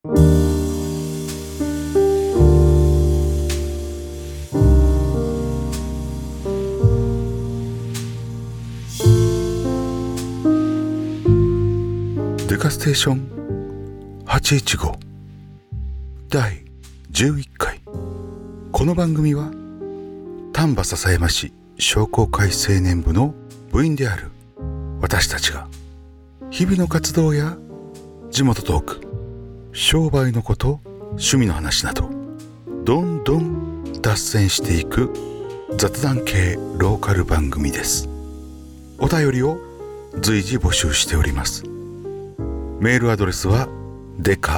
デカステーション815第11回。この番組は丹波篠山市商工会青年部の部員である私たちが日々の活動や地元トーク、商売のこと、趣味の話などどんどん脱線していく雑談系ローカル番組です。お便りを随時募集しております。メールアドレスはデカ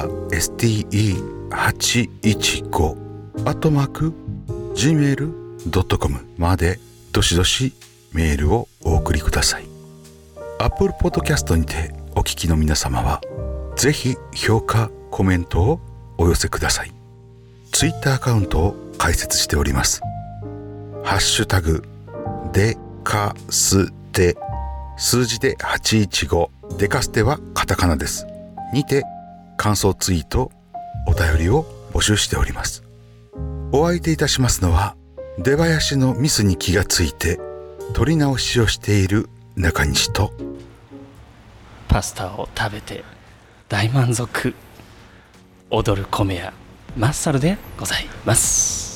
ste815@gmail.com までどしどしメールをお送りください。Apple Podcast にてお聞きの皆様はぜひ評価コメントをお寄せください。 Twitter アカウントを開設しております。ハッシュタグデカステ、数字で815、デカステはカタカナですにて感想ツイート、お便りを募集しております。お相手いたしますのは出囃子のミスに気がついて取り直しをしている中西と、 パスタを食べて大満足、踊る米屋マッサルでございます。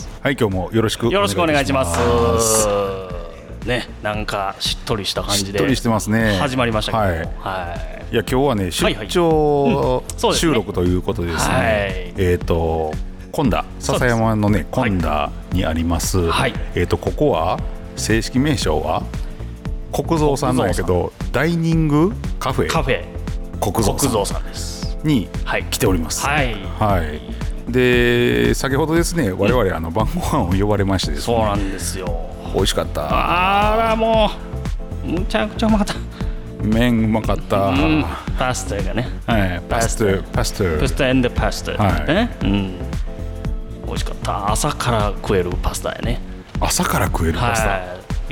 はい、今日もよろしくお願いします。 ね、なんかしっとりした感じでしっとりしてますね。 始まりましたけども、 はい、いや今日はね出張収録ということでですね、今田篠山のね今田にあります、はい、ここは正式名称は国蔵さんなんやけど、ダイニングカフェ国蔵さんですに来ております。はい、はい、で先ほどですね我々晩ご飯を呼ばれましてですね、そうなんですよ。美味しかった。 あらもうむちゃくちゃうまかった。 麺うまかった、 パスタがね、 はい、パスタエンドパスタ、はい、ね、美味しかった。朝から食えるパスタやね。朝から食えるパスタ、はい、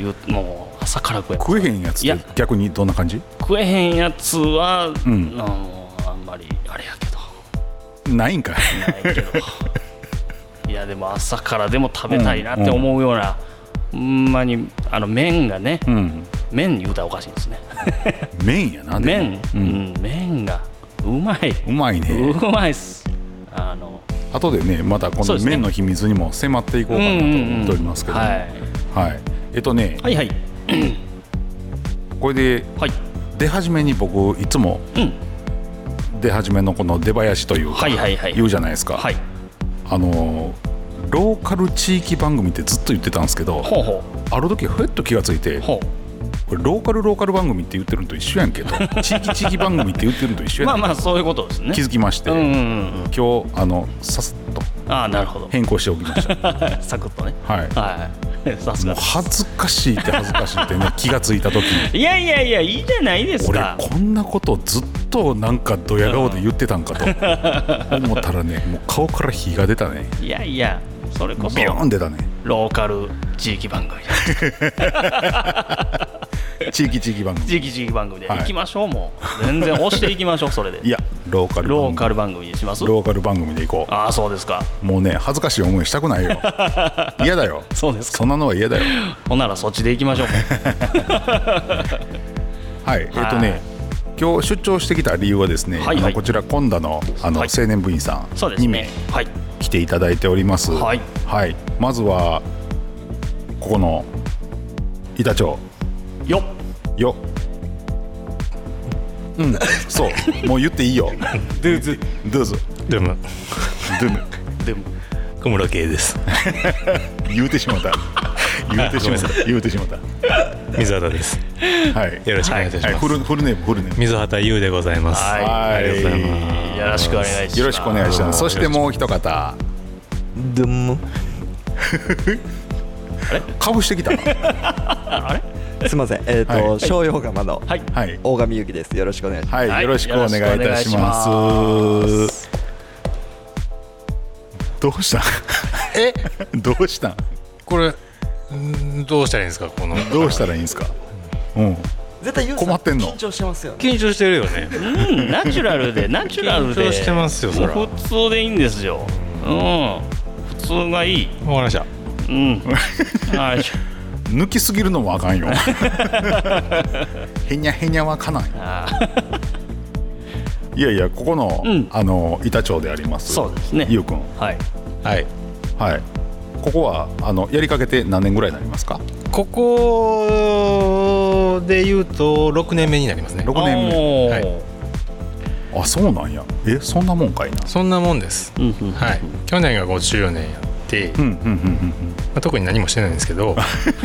もう朝から食えへんやつって逆にどんな感じ？食えへんやつは、あんまりあれやけどないんかい。 ないけどいやでも朝からでも食べたいなって思うような、ほんまに麺がね、麺言うたらおかしいんですね。 麺やな。 麺がうまいね。うまいっす。 後でねまたこの麺の秘密にも迫っていこうかなと思っておりますけど、はい、はいはい、これで、出始めに僕いつも、出始めのこの出囃子というか、言うじゃないですか、はい、ローカル地域番組ってずっと言ってたんですけど、ある時ふっと気がついて、これローカル番組って言ってるのと一緒やんけど地域番組って言ってるのと一緒やんけどまあそういうことですね。 気づきまして、今日さっと変更しておきましたサクッとね。 はい、さすがもう恥ずかしいってね気がついた時いやいいじゃないですか。 俺こんなことずっとなんかドヤ顔で言ってたんかと思ったらね、もう顔から火が出たね。 いやそれこそビヨーン出たね。 ローカル地域番組地域番組で行きましょう。もう全然押していきましょう。それでいやローカル番組にします。 ローカル番組で行こう。 ああそうですか。 もうね恥ずかしい思いしたくないよ。嫌だよ。 そうですか。 そんなのは嫌だよ。 ほんならそっちで行きましょう。 はい今日出張してきた理由はですね、こちら今田の青年部員さんにも来ていただいております。はい、まずはここの板長よそうもう言っていいよ。 どうぞどうも小室圭です。 言うてしまった水畑です。はい、よろしくお願いいたします。 フルネーム水畑優でございます。 ありがとうございます。よろしくお願いします。 よろしくお願いします。そしてもう一方どうもあれかぶしてきたあれすみません、商用釜の大神ゆきです。よろしくお願いします。 よろしくお願いいたします。どうしたんどうしたんこれどうしたらいいんですか。 どうしたらいいんですか。 絶対困ってんの。 緊張してますよね。 緊張してるよね。 ナチュラルで緊張してますよ。そら普通でいいんですよ。普通がいい。 わかりました。 抜きすぎるのもあかんよ。へにゃへにゃはかない。いやいや、ここの、板町であります。 そうですね。 ゆうくん。 はいはいはい。ここはやりかけて何年ぐらいになりますか？ ここで言うと6年目になりますね。 6年目。はい。あ、そうなんや。そんなもんかいな。 そんなもんです。はい。去年が5周年やって、特に何もしてないんですけど、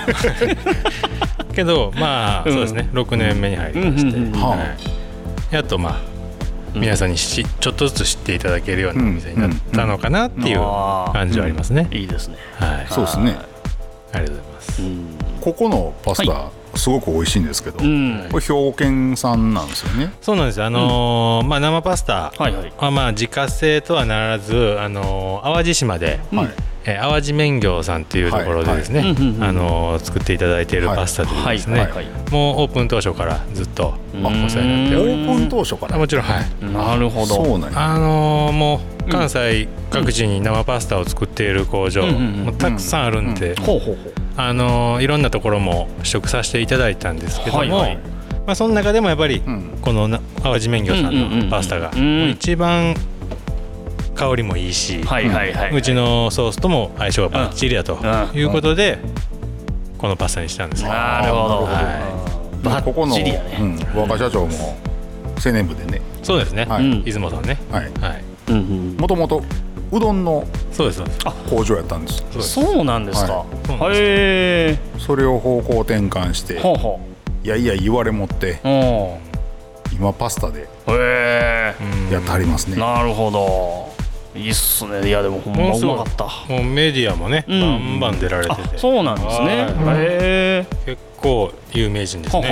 まあそうですね。6年目に入りまして、やっとまあ皆さんにちょっとずつ知っていただけるようなお店になったのかなっていう感じはありますね。 いいですね。 はい。そうですね。 ありがとうございます。 ここのパスタすごく美味しいんですけど、これ兵庫県産なんですよね。 そうなんです。まあ生パスタはまあ自家製とはならず、淡路島で淡路麺業さんっていうところでですね、作っていただいているパスタでですね、もうオープン当初からずっとお世話になっております。 オープン当初から。 もちろん。はい。 なるほど。 そうなんや。 もう関西各地に生パスタを作っている工場もたくさんあるんで、いろんなところも試食させていただいたんですけども、まあその中でもやっぱりこの淡路麺業さんのパスタが一番香りもいいし、うちのソースとも相性がバッチリだということでこのパスタにしたんです。 なるほど。バッチリやね。 若社長も青年部でね。 そうですね。出雲さんね。 もともとうどんの工場やったんです。 そうなんですか。 それを方向転換して、いやいや言われもって今パスタでやってはりますね。 なるほど。いいっすね。いやでもほんまうまかった。 もうメディアもね、バンバン出られてて。 そうなんですね。 結構有名人ですね。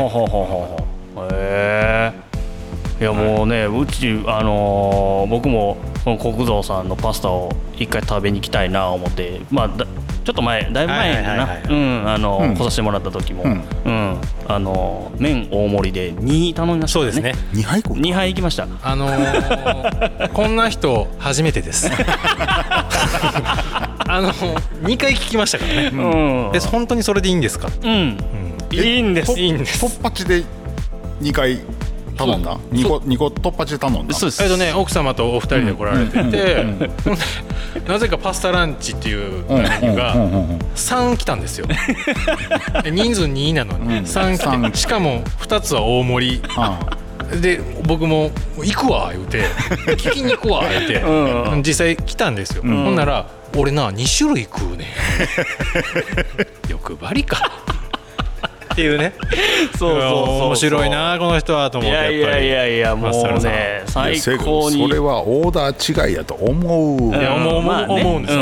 いやもうね、うち僕もこの国蔵さんのパスタを一回食べに行きたいなと思って、まあちょっと前、だいぶ前にな、来させてもらった時も、麺大盛りで2頼みましたね。 そうですね。 2 杯行きました。 こんな人初めてです。2回聞きましたからね。本当にそれでいいんですか？ いいんです。 突発で2回頼んだ2個突破中頼んだ。 そうです。奥様とお二人で来られてて、なぜかパスタランチっていうメニューが3来たんですよ。人数2なのに3来て、しかも2つは大盛りで、僕も行くわ言うて聞きに行くわ言うて実際来たんですよ。ほんなら俺な2種類食うね。欲張りかっていうね。そう面白いなこの人はと思って。やっぱりいやもうね、最高にそれはオーダー違いやと思う。 思うんです。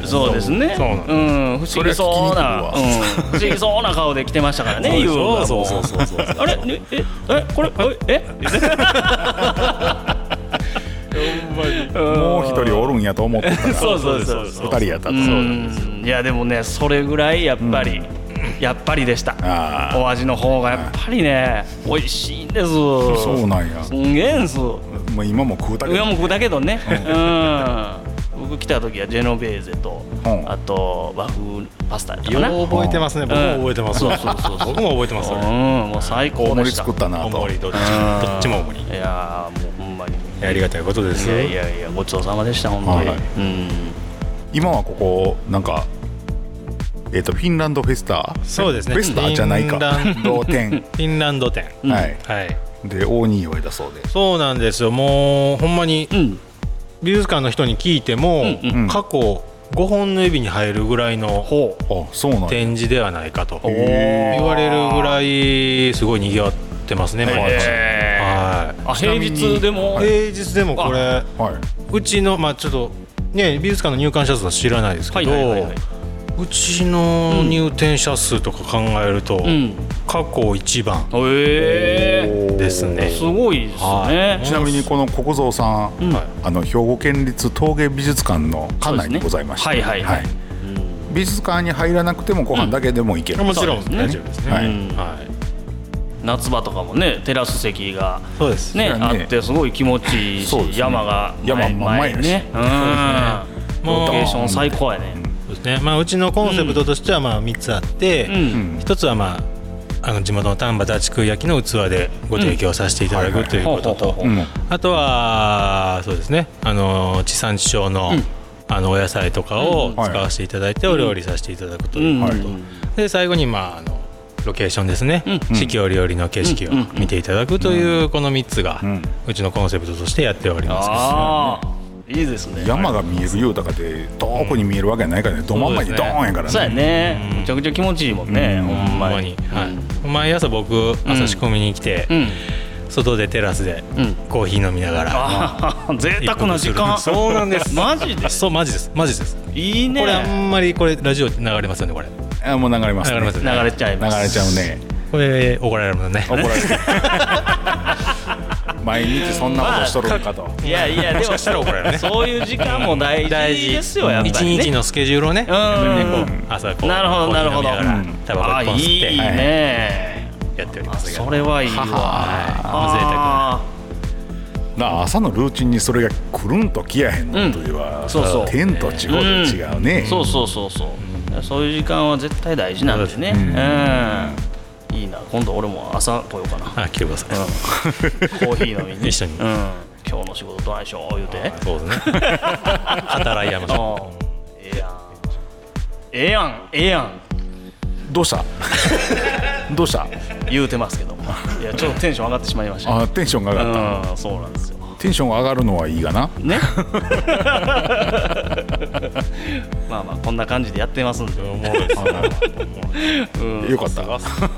そうですね。不思議そうな顔で来てましたからね。そうあれこれもう一人おるんやと思ってたら2人やったと。 いやでもね、それぐらいやっぱりでした。お味の方がやっぱりね美味しいんです。 そうなんや。 すんげえんす。 今も食うたけどね。僕来た時はジェノベーゼとあと和風パスタやったかな。 よう覚えてますね。僕も覚えてます。僕も覚えてます。 もう最高でした。 大盛り作ったなと。 大盛りどっちも大盛り。 いやもうほんまにありがたいことです。 いやごちそうさまでした本当に。 今はここなんかフィンランドフェスタ。 そうですね。 フェスタじゃないか。 フィンランド店。 で大においだそうで。 そうなんですよ。もうほんまに美術館の人に聞いても過去5本の指に入るぐらいの展示ではないかと言われるぐらいすごい賑わってますね。 平日でもこれうちのちょっとね美術館の入館者数は知らないですけど。うちの入店者数とか考えると過去一番ですね。 すごいですね。 ちなみにこの国蔵さん、兵庫県立陶芸美術館の館内にございまして、美術館に入らなくてもご飯だけでも行ける。 もちろん大丈夫ですね。 夏場とかもねテラス席がそうですねあってすごい気持ちいいし、山が前にね、ロケーション最高やね。 そうですね。まあうちのコンセプトとしてはまあ3つあって、1つはまあ地元の丹波立空焼きの器でご提供させていただくということと、あとはそうですね地産地消のお野菜とかを使わせていただいてお料理させていただくということと、で最後にまあロケーションですね、四季折々の景色を見ていただくというこの3つがうちのコンセプトとしてやっております。 いいですね。 山が見えるようだかでどこに見えるわけないからね、ど真ん前にドーンやからね。 そうやね、めちゃくちゃ気持ちいいもんね、ほんまに。 毎朝僕朝仕込みに来て外でテラスでコーヒー飲みながら贅沢な時間。 そうなんです。 マジで。 そうマジですマジです。いいね。 これあんまりこれラジオ流れますよねこれ。 もう流れますね。 流れちゃいます。 流れちゃうね。 これ怒られるもんね。怒られる。 毎日そんなことしとるのかと。 いやでもそういう時間も大事ですよやっぱりね。 一日のスケジュールをね。朝こうなるほどなるほど。 タバコ1本吸っていいね。 やっておりますが。 それはいいわ。 贅沢。朝のルーチンにそれがくるんときやへんのというは天と地ほど違うね。 そうそういう時間は絶対大事なんですね。いいな、今度俺も朝来ようかな。 来てください。 コーヒー飲みに一緒に。 今日の仕事どないしょう言うて。 そうですね。働いやましょう。 ええやん。 どうした言うてますけども、いやちょっとテンション上がってしまいました。 テンションが上がった。 そうなんですよ。 テンションが上がるのはいいがなね。まあこんな感じでやってますんで。 よかった。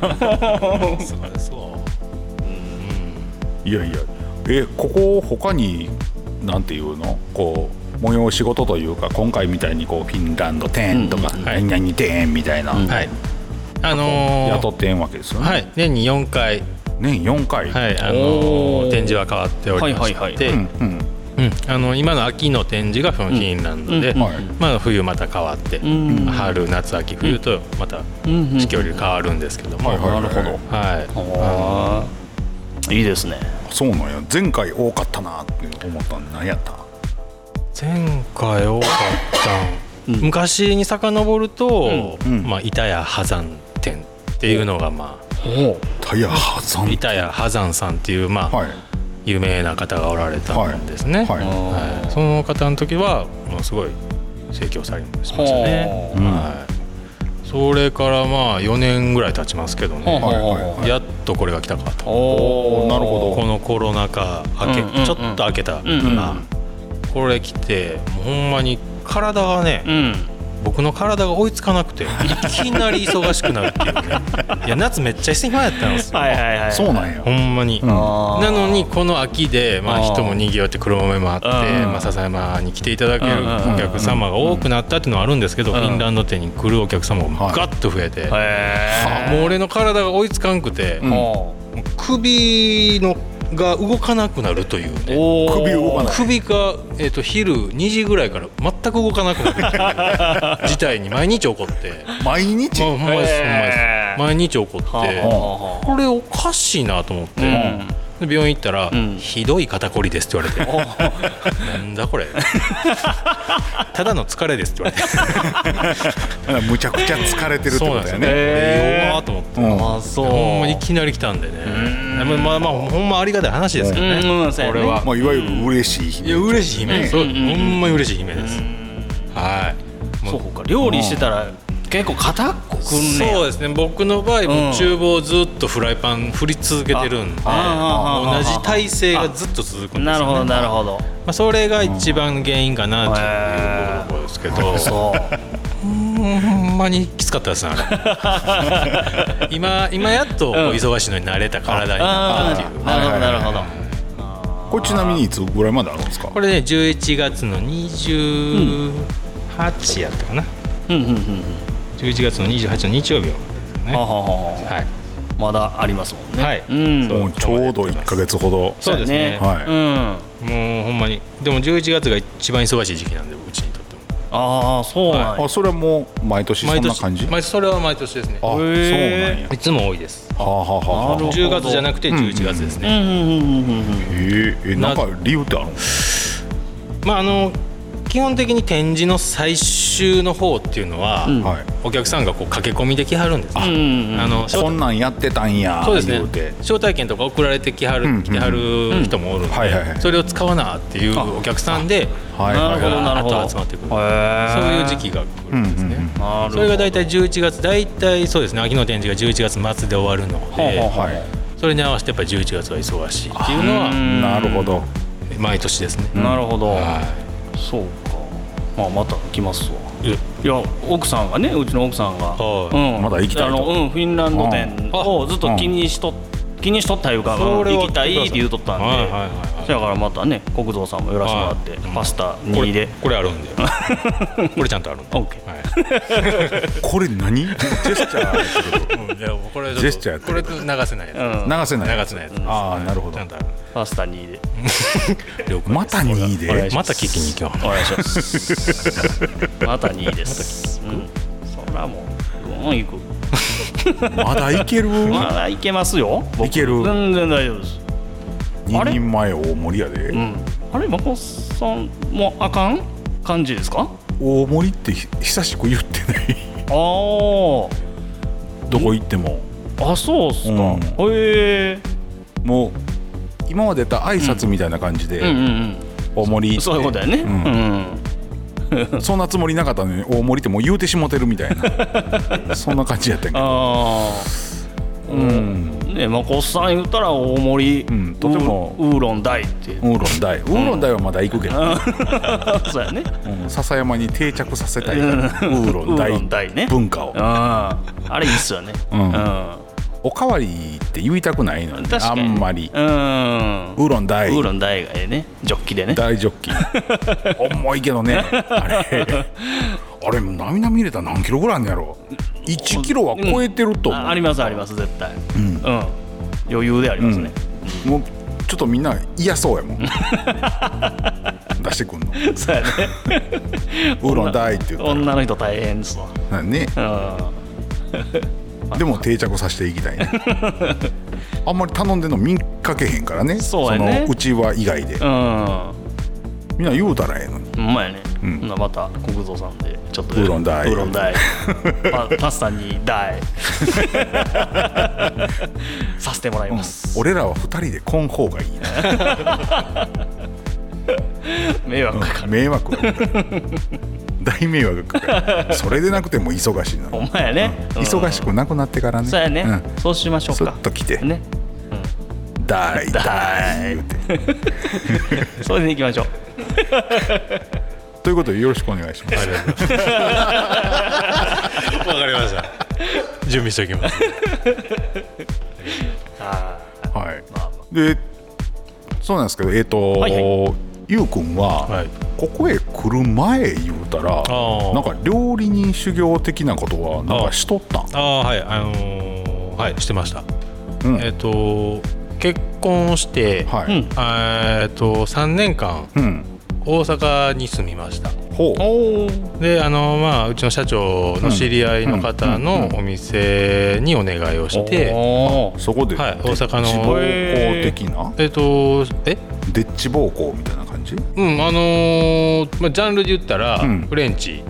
いやここ他になんていうのこう催し事というか今回みたいにこうフィンランド展とか何々展みたいな雇ってんわけですよね。 はい。年に4回。 年4回。 はい。展示は変わっておりまして。今の秋の展示がフィンランドで、冬また変わって春夏秋冬とまた四季折々変わるんですけども。 なるほど。 はい。 いいですね。 そうなんや。前回多かったなって思ったんで何やった？ 前回多かった昔に遡ると板谷波山展っていうのが板谷波山さんっていう有名な方がおられたんですね。その方の時はものすごい盛況されましたね。それから4年ぐらい経ちますけどね、やっとこれが来たかと。 なるほど。 このコロナ禍ちょっと明けた今これ来てもうほんまに体がね、僕の体が追いつかなくていきなり忙しくなるっていうね。いや夏めっちゃ暇やったんですよ。 そうなんや。 ほんまに。なのにこの秋で人もにぎわって黒豆もあって笹山に来ていただけるお客様が多くなったっていうのはあるんですけど、フィンランド店に来るお客様もガッと増えて、もう俺の体が追いつかんくて、首が動かなくなるというね。首が昼2時ぐらいから全く動かなくなる事態に毎日起こって。 毎日？ ほんまです。毎日起こって、これおかしいなと思って、病院行ったらひどい肩こりですって言われて、なんだこれ。ただの疲れですって言われて。 むちゃくちゃ疲れてるってことだよね。弱ーと思って。ほんまいきなり来たんでね。ほんまありがたい話ですけどね。これは。 いわゆる嬉しい悲鳴。 嬉しい悲鳴。ほんまに嬉しい悲鳴です。はい。 そうか。料理してたら結構硬くくんね。 そうですね。僕の場合も厨房ずっとフライパン振り続けてるんで、同じ体勢がずっと続くんですよね。 なるほど。 それが一番原因かなというところですけど。ほんまにきつかったですね。今やっと忙しいのに慣れた体になったっていう。 なるほど。 これちなみにいつぐらいまであるんですか？ これね11月の28やったかな。11月の28の日曜日をですね。 まだありますもんね。 はい。 もうちょうど1ヶ月ほど。 そうですね。 はい。 もうほんまにでも11月が一番忙しい時期なんでうちにとっても。 ああ、そうなんや。 それはもう毎年そんな感じ？ それは毎年ですね。 そうなんや。 いつも多いです。 はあ。 10月じゃなくて11月ですね。 なんか理由ってある？ まあ基本的に展示の最終の方っていうのは、お客さんがこう駆け込みで来はるんですね。 こんなんやってたんや。 そうですね。招待券とか送られて来てはる人もおるんで、それを使わなっていうお客さんであと集まってくる。そういう時期が来るんですね。それが大体11月、大体そうですね。秋の展示が11月末で終わるので、それに合わせてやっぱり11月は忙しいっていうのは、 なるほど。 毎年ですね。 なるほど。そうか。また来ますわ。いや、奥さんがね、うちの奥さんがまだ行きたいと。 フィンランド店をずっと気にしとったいうか、行きたいって言うとったんで、だからまたね、国蔵さんも寄らせてもらってパスタ2でこれあるんで、これちゃんとあるんで。 これ何？ジェスチャーやけど。ジェスチャーやこれ流せないやつ。流せないやつ。 ああ、なるほど。 ちゃんとある。 パスタ2で。 また2で。 また聞きに行きます。 お願いします。また2です。そらもう行く。 まだいける？ まだいけますよ。 いける。 全然大丈夫です。 2人前大盛りやで。 あれ、まこさんもあかん感じですか？ 大盛りって久しく言ってない。どこ行っても。 あ、そうっすか。 もう今までやった挨拶みたいな感じで大盛りって、 そういうことだよね。 そんなつもりなかったのに大盛りってもう言うてしもてるみたいなそんな感じやったんけど、 ね、まこさん言ったら大盛り、 とてもウーロン大ってウーロン大はまだ行くけど、 そうやね、 笹山に定着させたいからウーロン大文化を、 あれいいっすよね。 おかわりって言いたくないのにあんまり。ウーロン大がええね、ジョッキでね。 大ジョッキ重いけどねあれなみなみ入れたら何キロぐらいあんのやろ。1キロは超えてると思う。 あります絶対。余裕でありますね。 もうちょっとみんな嫌そうやもん出してくんの。 そうやねウーロン大って言ったら女の人大変ですわね。でも定着させていきたいねあんまり頼んでんの見かけへんからね。 そうやね。 そのうちは以外でみんな言うたらええのに。 ほんまやね。また国蔵さんでちょっとウーロン大パスタに大させてもらいます。 俺らは2人で来ん方がいいな迷惑かかる。 迷惑大迷惑かかる。それでなくても忙しいの。 ほんまやね。 忙しくなくなってからね。 そうやね。そうしましょうか。 スッと来てね。 大言うてそれでいきましょうということでよろしくお願いします。 わかりました。準備しておきます。 で、そうなんですけど、ゆうくんはここへ来る前言うたら、なんか料理人修行的なことはなんかしとったん？ はいしてました。結婚して、3年間、大阪に住みました。でうちの社長の知り合いの方のお店にお願いをして、 そこで、 大阪の的なデッチ暴行みたいな感じ？ジャンルで言ったら、フレンチ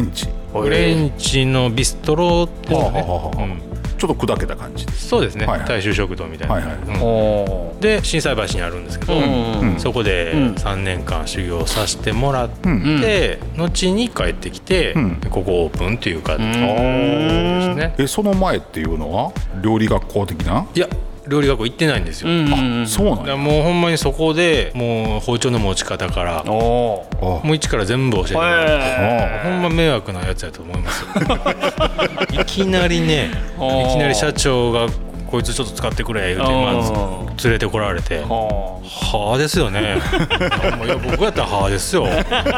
のビストロですね。 ちょっと砕けた感じです。 そうですね。大衆食堂みたいな。で心斎橋にあるんですけど、そこで3年間修行させてもらって、後に帰ってきて、ここオープンっていう感じですね。 その前っていうのは料理学校的な？いや、 料理学校行ってないんですよ。 そうなんだ。 もうほんまにそこでもう包丁の持ち方からもう一から全部教えてもらって、ほんま迷惑なやつやと思いますよいきなり社長がこいつちょっと使ってくれ言うて連れてこられて、はあですよね。いや僕やったらはあですよ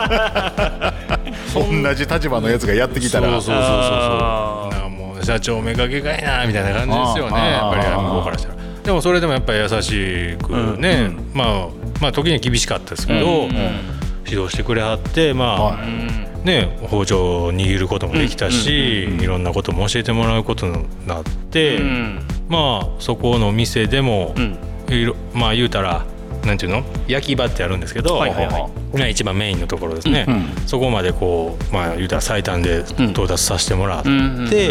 同じ立場のやつがやってきたら、 そうもう社長めかけがいなみたいな感じですよね。やっぱり向こうからしたら。でもそれでもやっぱり優しくね、まあ時に厳しかったですけど、指導してくれはって、 ね、包丁を握ることもできたし、いろんなことも教えてもらうことになって、まあそこの店でも、まあ言うたらなんていうの焼き場ってあるんですけど、一番メインのところですね、そこまでこう、まあ言うたら最短で到達させてもらって、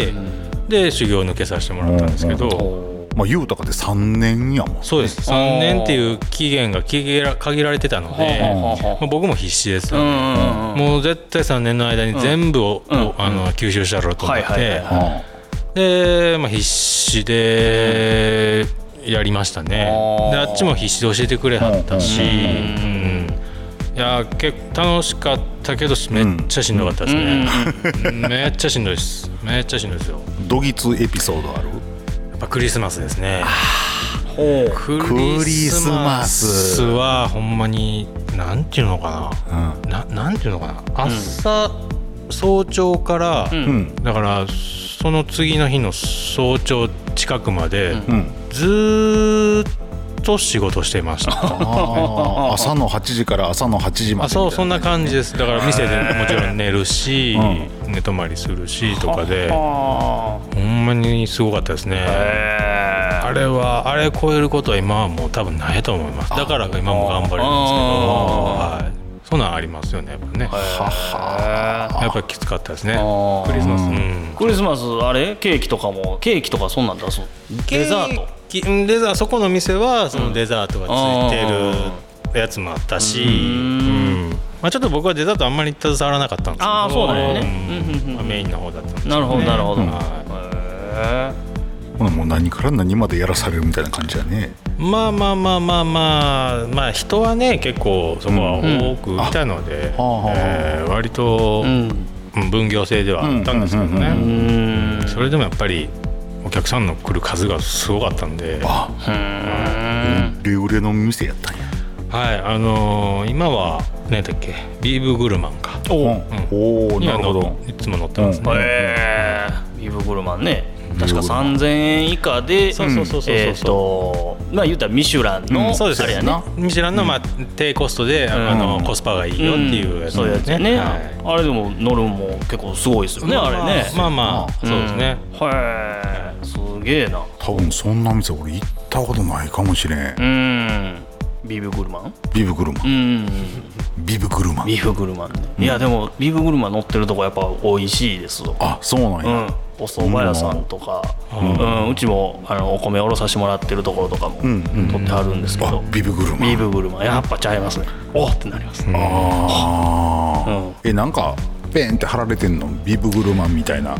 で修行を抜けさせてもらったんですけど、 まあ言うたかで3年やもん。 そうです、3年っていう期限が限られてたので、僕も必死ですよね。もう絶対3年の間に全部を吸収したろうと思って、で、まあ、必死でやりましたね。であっちも必死で教えてくれはったし、いや結構楽しかったけどめっちゃしんどかったですね。めっちゃしんどいです。めっちゃしんどいですよ。 どぎつエピソードある？ やっぱクリスマスですね。 クリスマスはほんまになんていうのかな、なんていうのかな、朝、早朝から、だからその次の日の早朝近くまで、ずっと仕事してました。 朝の8時から朝の8時までみたいな。 そんな感じです。だから店でもちろん寝るし、寝泊まりするしとかで、ほんまにすごかったですね。あれ超えることは今はもう多分ないと思います。だから今も頑張れるんですけど、そんなんありますよね、やっぱね。やっぱりきつかったですね。クリスマス。 クリスマスあれケーキとかそんなん出すの？デザート。 そこの店はそのデザートがついてるやつもあったし、まあちょっと僕はデザートあんまり携わらなかったんですけど、 そうだよね。 メインの方だったんですけど。なるほどなるほど。 もう何から何までやらされるみたいな感じだね。 まあ人はね結構そこは多くいたので、割と分業制ではあったんですけどね。それでもやっぱりお客さんの来る数がすごかったんで、 売れの店やったんや。 はい、今は何だっけ、ビーブグルマンか。 なるほど。 いつも乗ってますね。 ビーブグルマンね。確か3000円以下で、まあ言うたらミシュランのあれやね。 ミシュランのまあ低コストでコスパがいいよっていうやつですね。 あれでも乗るのも結構すごいですよね、あれね。 まあそうですね。 すげえな。 多分そんな店俺行ったことないかもしれん。 ビブグルマン。 ビブグルマンね。いやでもビブグルマン乗ってるとこやっぱ美味しいです。 そうなんや。 お蕎麦屋さんとか、うちもお米おろさせてもらってるところとかも取ってあるんですけど、 ビブグルマンやっぱちゃいますね。おってなりますね。 なんかペンって貼られてんのビブグルマンみたいな。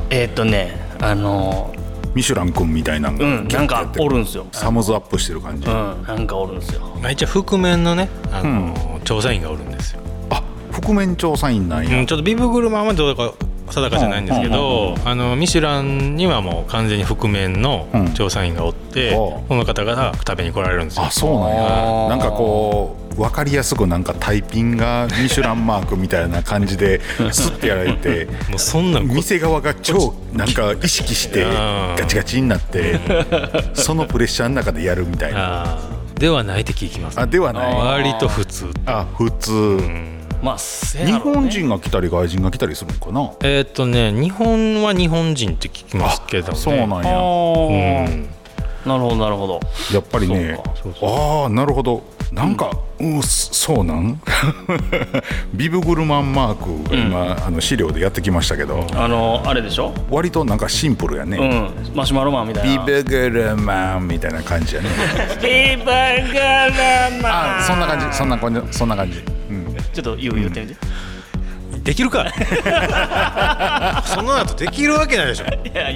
ミシュラン君みたいななんかおるんですよ。 サムズアップしてる感じ。 なんかおるんですよ。 一応覆面のね調査員がおるんですよ。 覆面調査員なんや。 ちょっとビブグルマンはどうか定かじゃないんですけど、ミシュランにはもう完全に覆面の調査員がおって、この方が食べに来られるんですよ。 そうなんや。なんかこう分かりやすくなんかタイピンがミシュランマークみたいな感じでスッてやられてもうそんな店側が超なんか意識してガチガチになってそのプレッシャーの中でやるみたいな。 ではないって聞きます。 ではない。 割と普通。 普通。日本人が来たり外人が来たりするのかな。 日本は日本人って聞きますけどね。 そうなんや。 なるほどなるほど。 やっぱりね。なるほど。なんかそうなんビブグルマンマークが今資料でやってきましたけど、 あれでしょ。 割となんかシンプルやね。 マシュマロマンみたいな。 ビブグルマンみたいな感じやね。 ビブグルマン。 そんな感じ。 ちょっと言ってみて。 できるか。その後できるわけないでしょ。 いや。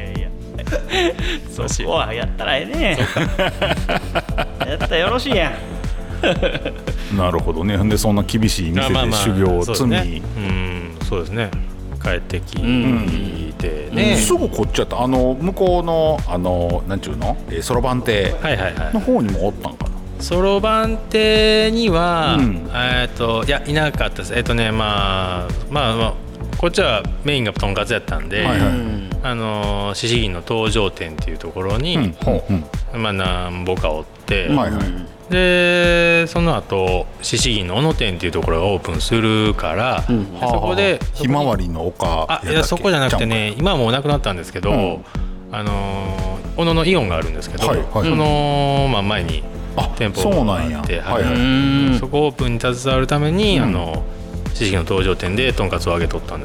そこはやったらええね。やったらよろしいやん。 なるほどね。でそんな厳しい店で修行を積み、 そうですね。帰ってきてね。 すぐこっちやった。向こうのなんちゅうのそろばん亭の方にもおったんかな。 そろばん亭には、いやいなかったです。まあこっちはメインがとんかつやったんで、獅子銀の東上店っていうところに、何ぼかおって、 でその後獅子銀の小野店っていうところがオープンするから、そこでひまわりの丘。 いやそこじゃなくてね、今はもうなくなったんですけど、小野のイオンがあるんですけど、その真ん前に店舗があって、そこオープンに携わるために獅子銀の登場店でとんかつを揚げとったんです。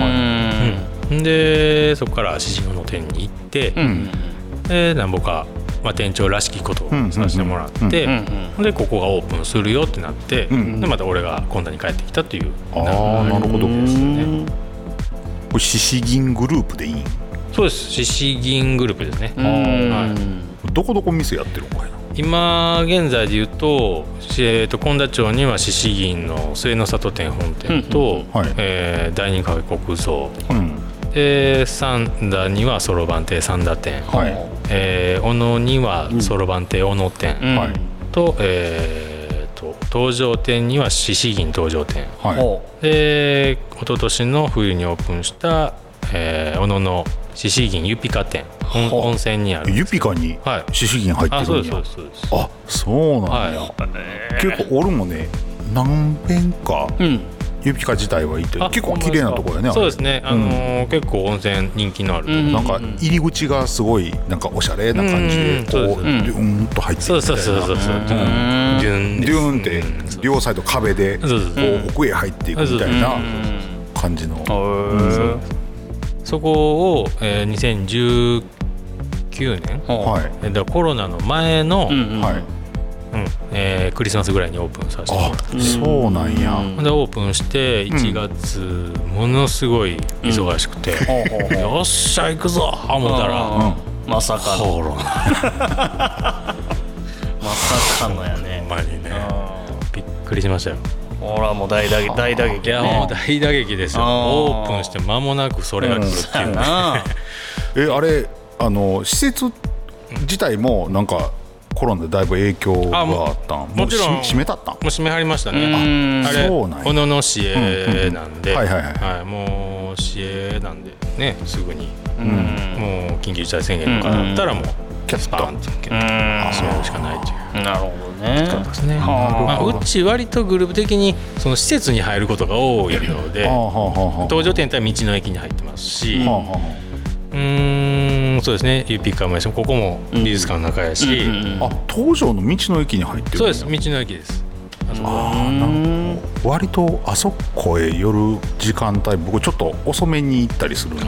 でそこから獅子銀の店に行って、なんぼか店長らしきことをさせてもらって、でここがオープンするよってなって、でまた俺が今度に帰ってきたっていうなるほどですね。これ獅子銀グループでいい？ そうです、獅子銀グループですね。 どこどこ店やってるのかいな。 今現在で言うと、苅田町には獅子銀の末の里店本店と、第二カフェ国蔵、三田にはそろばん亭三田店、小野にはそろばん亭小野店、と東上店には獅子銀東上店、で一昨年の冬にオープンした小野の獅子銀ユピカ店、温泉にあるユピカに獅子銀入ってるんや。あ、そうなんや。結構俺もね何遍かユピカ自体は行って結構綺麗なところやね。 そうですね、結構温泉人気のあるところ、 なんか入り口がすごいなんかおしゃれな感じでこうデューンと入っていくみたいな。 そうデューンって両サイド壁でこう奥へ入っていくみたいな感じの。 そこを2019年、コロナの前のクリスマスぐらいにオープンさせてもらって。 そうなんや。 でオープンして1月ものすごい忙しくて、よっしゃ行くぞ思ったら、 まさかのコロナまさかのやね。 ほんまにね、びっくりしましたよ。 ほらもう大打撃ね。 いやもう大打撃ですよ。オープンして間もなくそれが来るっていうね。 あれ施設自体もなんかコロナでだいぶ影響があったん？ もちろん閉めたったん？ もう閉めはりましたね。あれそうなんや。 小野の市営なんで、もう市営なんでね、すぐにもう緊急事態宣言とかだったらもうキャスパーンって閉めるしかないという。 なるほどね。 そうですね。うち割とグループ的にその施設に入ることが多いので、搭乗店って道の駅に入ってますし、そうですね、ユピカもやし、ここも美術館の中やし、 東条の道の駅に入ってる。 そうです、道の駅です。 なんか割とあそこへ寄る時間帯、僕ちょっと遅めに行ったりするんで、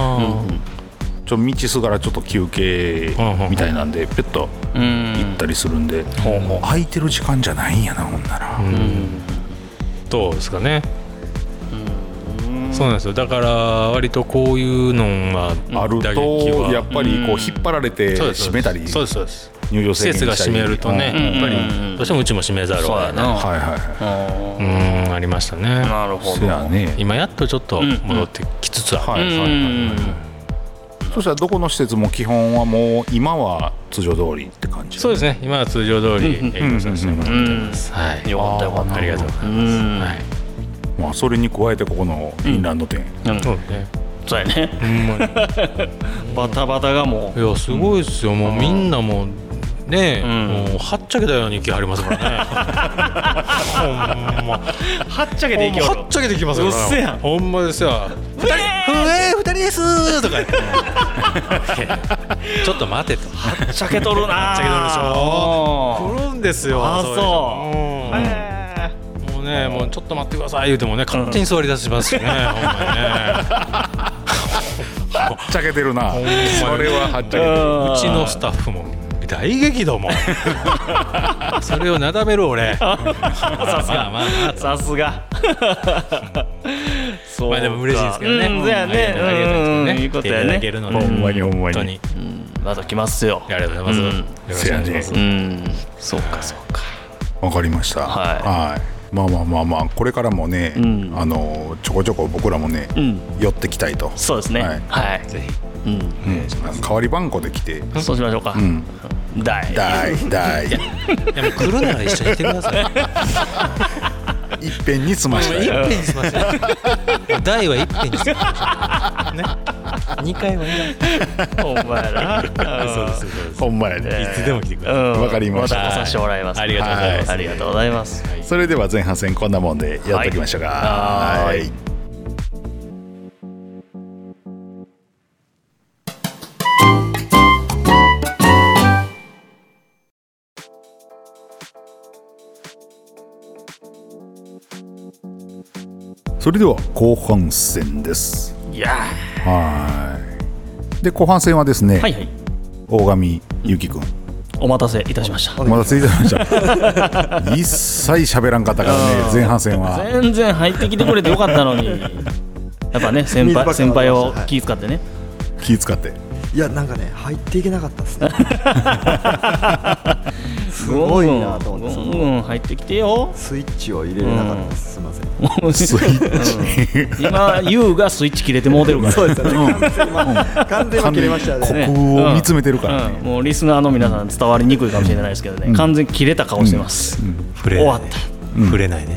道すがらちょっと休憩みたいなんでペット行ったりするんで、空いてる時間じゃないんやな、ほんなら。 どうですかね。そうなんですよ。だから割とこういうのがあるとやっぱりこう引っ張られて閉めたり、 そうです入場制限したり、 施設が閉めるとね、やっぱりどうしてもうちも閉めざるを得ない。ありましたね。 なるほど。 今やっとちょっと戻ってきつつある。 そしたらどこの施設も基本はもう今は通常通りって感じ？ そうですね、今は通常通り営業させてもらってます。 よかったよかった。 ありがとうございます。 まあそれに加えてここのフィンランド店、 そうやね。バタバタがもう、 いやすごいですよ。もうみんなもうね、もうはっちゃけたように来はりますからね。ほんまはっちゃけていきます。 はっちゃけてきますからね。 うっせやん。 ほんまですよ。二人ですとかちょっと待てと。 はっちゃけとるな。 はっちゃけとるでしょ。来るんですよ。 あ、そう。 もうね、もうちょっと待ってください言うてもね、勝手に座り出しますしね。ほんまにね。 はっちゃけてるな。それははっちゃけてる。 うちのスタッフも大激怒も。それをなだめる俺。さすが、 さすが。 まあでも嬉しいですけどね。 そうやね。いいことやね。 ほんまにほんまに。 また来ますよ。 ありがとうございます。よろしくお願いします。 そうかそうか。 わかりました。はい。まあこれからもね、ちょこちょこ僕らもね寄ってきたいと。 そうですね。はい。ぜひ。 代わり番号で来て。 そうしましょうか。大。 いやもう来るなら一緒に来てください。いっぺんに済ました。 いっぺんに済ました。大はいっぺんに済ました。ね。 2回はいらん。 ほんまやな。 そうですほんまやね。 いつでも来てください。 わかりました。 また来させてもらいます。 ありがとうございます。 ありがとうございます。 それでは前半戦こんなもんでやっておきましょうか。はい。それでは後半戦です。 いやで後半戦はですね、 はいはい、 大神ゆきくんお待たせいたしました。 お待たせいたしました。一切喋らんかったからね、前半戦は。 全然入ってきてくれてよかったのに。やっぱね、先輩を気遣ってね。 気遣って。 いやなんかね入っていけなかったですね。すごいなと思って、 入ってきてよ。 スイッチを入れれなかったです。すみません。 スイッチ。 今ユウがスイッチ切れてもうてるから。 そうですよね。完全に切れましたね。 ここを見つめてるからね。 もうリスナーの皆さん伝わりにくいかもしれないですけどね、完全に切れた顔してます。終わった。 触れないね。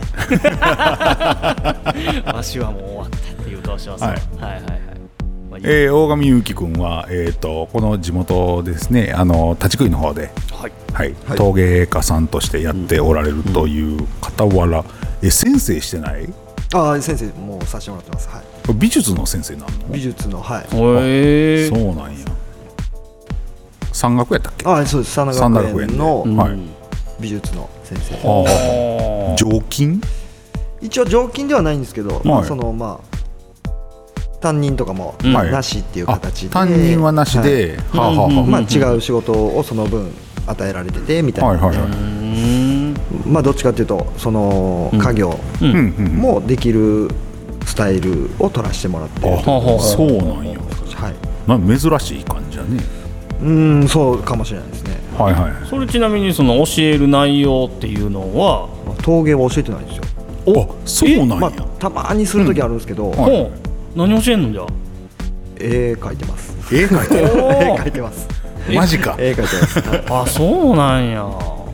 わしはもう終わったっていう顔してます。はいはいはい。 大神ゆきくんは、この地元ですね、立ち食いの方で、陶芸家さんとしてやっておられるという傍ら、先生してない？ 先生もうさせてもらってます。はい。 美術の先生なの？ 美術のはい。 そうなんや。山岳やったっけ？ そうです。山岳園の美術の先生。 常勤？ 一応常勤ではないんですけど、その担任とかもなしっていう形で、 担任はなしで、 違う仕事をその分与えられててみたいな、どっちかっていうとその家業もできるスタイルを取らせてもらってる。 そうなんや。珍しい感じだね。 そうかもしれないですね。 それちなみにその教える内容っていうのは陶芸は教えてないんですよ。 そうなんや。 たまにする時あるんですけど、 何教えんのじゃ？ 絵描いてます。 絵描いてます。 マジか。 絵描いてます。 そうなんや。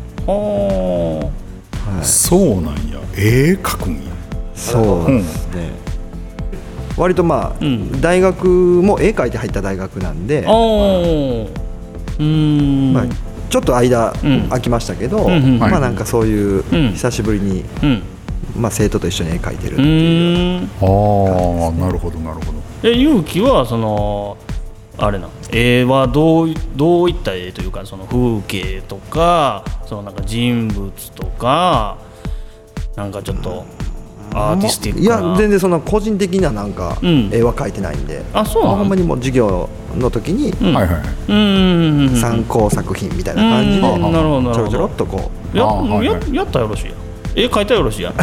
そうなんや。絵描くんや。 そうですね。割と大学も絵描いて入った大学なんで、ちょっと間空きましたけど、なんかそういう久しぶりに生徒と一緒に絵描いてるっていう。 なるほどなるほど。 ゆうきはそのあれな、絵はどういった絵というか、その風景とか、そのなんか人物とか、なんかちょっとアーティスティックな。 いや全然その個人的ななんか絵は描いてないんで、ほんまにもう授業の時に参考作品みたいな感じでちょろちょろっとこうやったらよろしいや。絵描いたらよろしいや。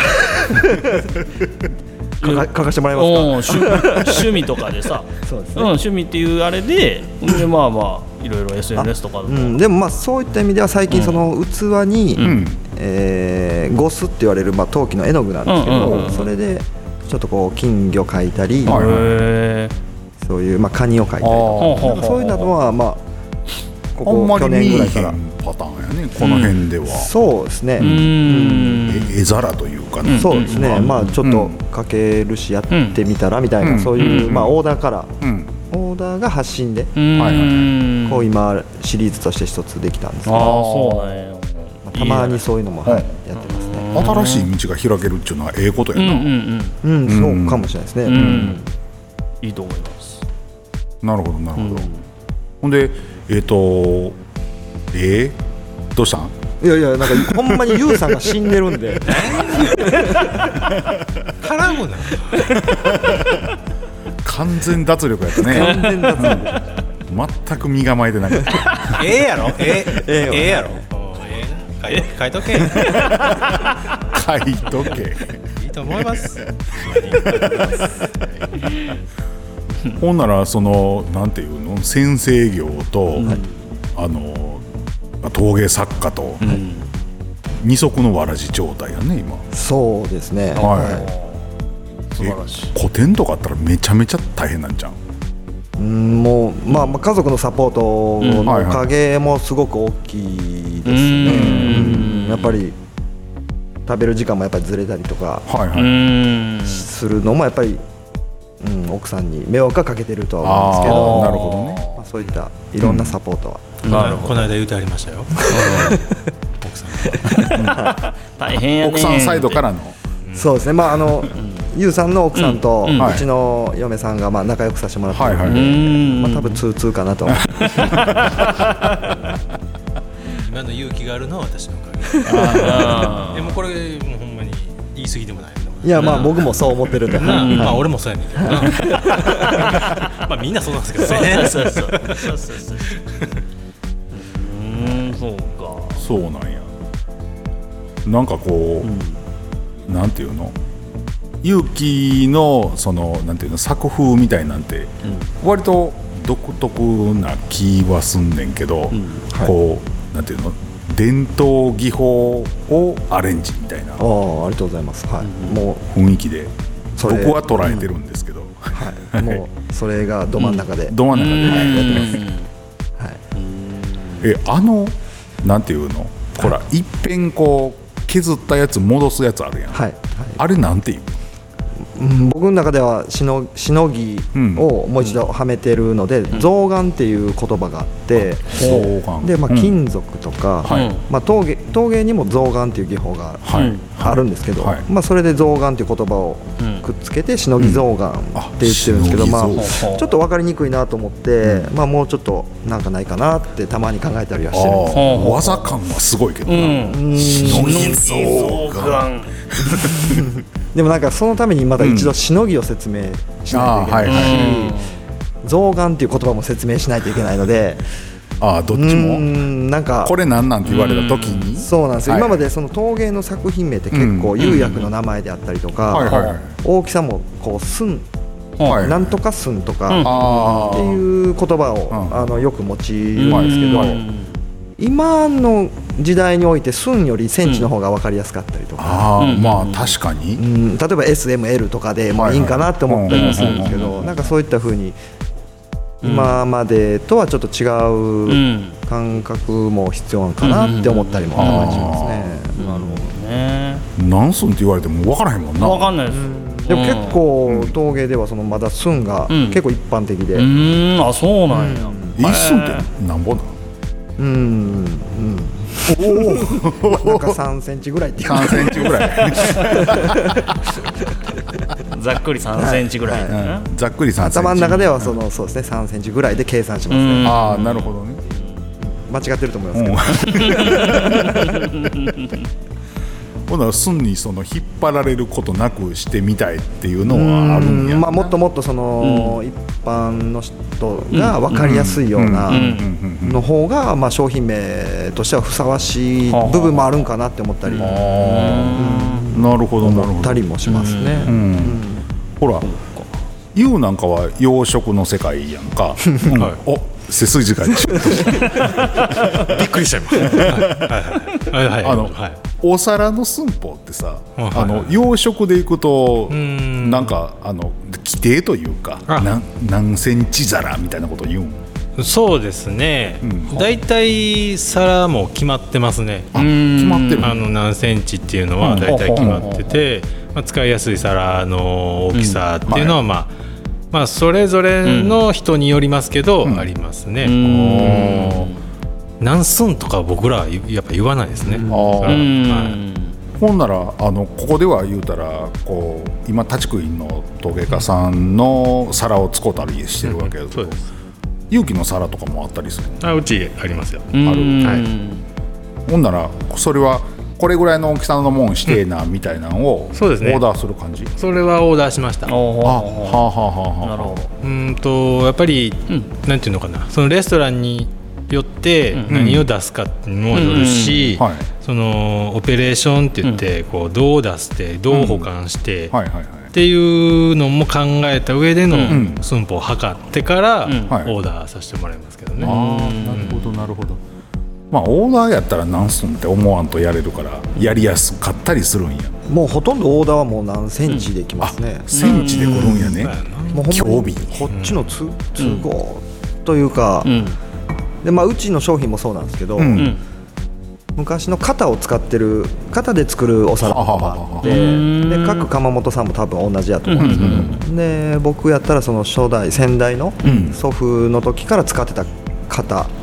描かしてもらえますか？ 趣味とかでさ。そうですね。趣味っていうあれで、いろいろ SNS とかでもそういった意味では最近その器にゴスって言われる陶器の絵の具なんですけど、それでちょっとこう金魚描いたり、そういうカニを描いたりとか、そういうのはここ去年ぐらいからパターンやね、この辺では。 そうですね。 絵皿というかね。 そうですね。ちょっと描けるしやってみたらみたいな、そういうオーダーからオーダーが発信で、こう今シリーズとして一つできたんですけど、たまにそういうのもやってますね。 新しい道が開けるっていうのはええことやな。 そうかもしれないですね。 いいと思います。 なるほどなるほど。ほんでどうしたん？ いやなんかほんまにユウさんが死んでるんで絡むな。 完全脱力やったね。 完全脱力。 全く身構えてなかった。 ええやろ。やろ。書いとけ。 書いとけ。 いいと思います。 ほんならそのなんていうの、先生業と、陶芸作家と、二足のわらじ状態やね今。 そうですね。 素晴らしい。 古典とかあったらめちゃめちゃ大変なんじゃん。 もう家族のサポートのおかげもすごく大きいですね。やっぱり食べる時間もやっぱりずれたりとかするのもやっぱり奥さんに迷惑はかけてるとは思うんですけど、 なるほどね、 まあ、そういったいろんなサポートは、 この間言うてありましたよ奥さん大変やね。 奥さんサイドからの、 そうですね、まあゆうさんの奥さんとうちの嫁さんがまあ仲良くさせてもらってるので、まあ多分2-2かなと思う今の勇気があるのは私のおかげでもこれもうほんまに言い過ぎでもない。 いや、まあ僕もそう思ってるんで、 まあ俺もそうやねんけどなまあみんなそうなんですけどね。 そうそうか。 そうなんや。なんかこう、なんていうの、勇気のそのなんていうの作風みたいなんて、割と独特な気はすんねんけど、こうなんていうの、伝統技法をアレンジみたいな、 ありがとうございます、はい、もう雰囲気で僕は捉えてるんですけど、 はい、もうそれがど真ん中で、 ど真ん中で、 やってます、 はい、なんていうの、ほら、いっぺんこう削ったやつ戻すやつあるやん、 はいはい、 あれなんていう、 僕の中ではしのぎをもう一度はめてるので、象眼っていう言葉があって、で、まあ、金属とか、まあ、陶芸にも象眼っていう技法があるんですけど、まあ、それで象眼っていう言葉をくっつけてしのぎ象眼って言ってるんですけど、まあ、ちょっと分かりにくいなと思って、まあ、もうちょっとなんかないかなってたまに考えたりはしてるんですけど、 技感はすごいけどな、しのぎ象眼でもなんかそのためにまた一度しのぎを説明しないといけないし、象眼っていう言葉も説明しないといけないので、 どっちもなんかこれなんなんて言われた時に、 そうなんですよ、今までその陶芸の作品名って結構釉薬の名前であったりとか、大きさもこう寸、なんとか寸とかっていう言葉をよく用いるんですけど、今の時代において寸よりセンチの方が分かりやすかったりとか、 まあ確かに、 例えば SML とかでもいいんかなって思ったりもするんですけど、なんかそういった風に今までとはちょっと違う感覚も必要なのかなって思ったりもたまにしますね。 なるほどね。 何寸って言われても分からへんもんな。 分かんないです。 でも結構陶芸ではそのまだ寸が結構一般的で、 あ、そうなんや。 一寸って何本なの？ なんか3センチぐらいっていう 3センチぐらいざっくり3センチぐらい、 ざっくり3センチ、 頭の中ではそうですね、3センチぐらいで計算しますね。 ああ、なるほどね。 間違ってると思いますけどほな寸にその引っ張られることなくしてみたいっていうのはあるんや。 まあ、もっともっとその一般の人が分かりやすいようなの方がまあ商品名としてはふさわしい部分もあるんかなって思ったり、 なるほどなるほど、 思ったりもしますね。 ほら、ユウなんかは洋食の世界やんか。お、背筋がちょっとびっくりしちゃいます。 お皿の寸法ってさ、洋食でいくとなんか規定というか、何センチ皿みたいなこと言うん？ そうですね、だいたい皿も決まってますね。 決まってる。 何センチっていうのはだいたい決まってて、使いやすい皿の大きさっていうのはまあそれぞれの人によりますけど、ありますね。何寸とか僕らはやっぱ言わないですね。 ほんならここでは言うたらこう今立ち食いの陶芸家さんの皿を使ったりしてるわけですけど、勇気の皿とかもあったりする？ うちありますよ。 ある。ほんならそれはこれぐらいの大きさのもんしてえなみたいなのをオーダーする感じ？ それはオーダーしました。 なるほど。やっぱりなんていうのかな、そのレストランによって何を出すかっていうのもよるし、そのオペレーションって言ってこうどう出してどう保管してっていうのも考えた上での寸法を測ってからオーダーさせてもらいますけどね。 なるほどなるほど。まあオーダーやったら何寸って思わんとやれるからやりやすかったりするんや。 もうほとんどオーダーはもう何センチできますね。 センチで来るんやね。 もうほんまにこっちの都合というか、でまあうちの商品もそうなんですけど、 昔の型を使ってる型で作るお皿とかもあって、で各窯元さんも多分同じやと思うんですけど、で僕やったらその初代先代の祖父の時から使ってた型を、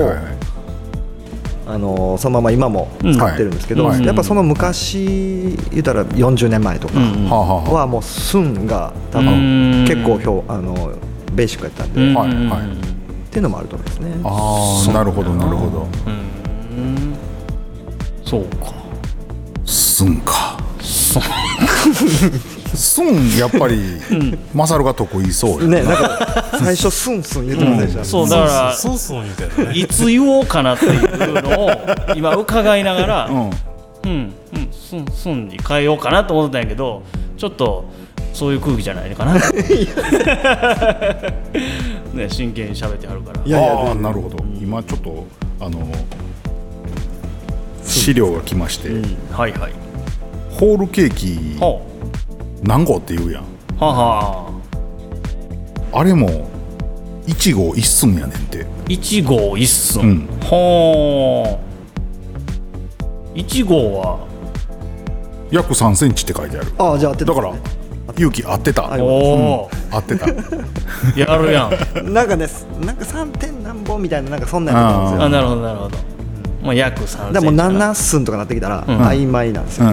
そのまま今も使ってるんですけど、やっぱその昔言ったら40年前とかはもう寸が多分結構ベーシックやったんで、っていうのもあると思いますね。 ああ、なるほどなるほど。 そうか。 寸か。寸やっぱりマサルが得意そうよね。なんか最初スンスン言ってませんでした。 そうだからいつ言おうかなっていうのを今伺いながらスンに変えようかなと思ってたんやけど、ちょっとそういう空気じゃないのかな。ね、真剣に喋ってはるから。 ああ、なるほど。今ちょっと資料が来まして、 はいはい。 ホールケーキ何号って言うやん。あれも1号1寸やねんて。 1号1寸。はあ。1号は約3センチって書いてある。 ああ、じゃあ合ってた。 だから勇気合ってた。 お合ってた。 やるやん。 なんかね、なんか3点何本みたいな、なんかそんなんやったんですよ。 あ、なるほどなるほど。もう約3センチ。 でも7寸とかなってきたら曖昧なんですよ。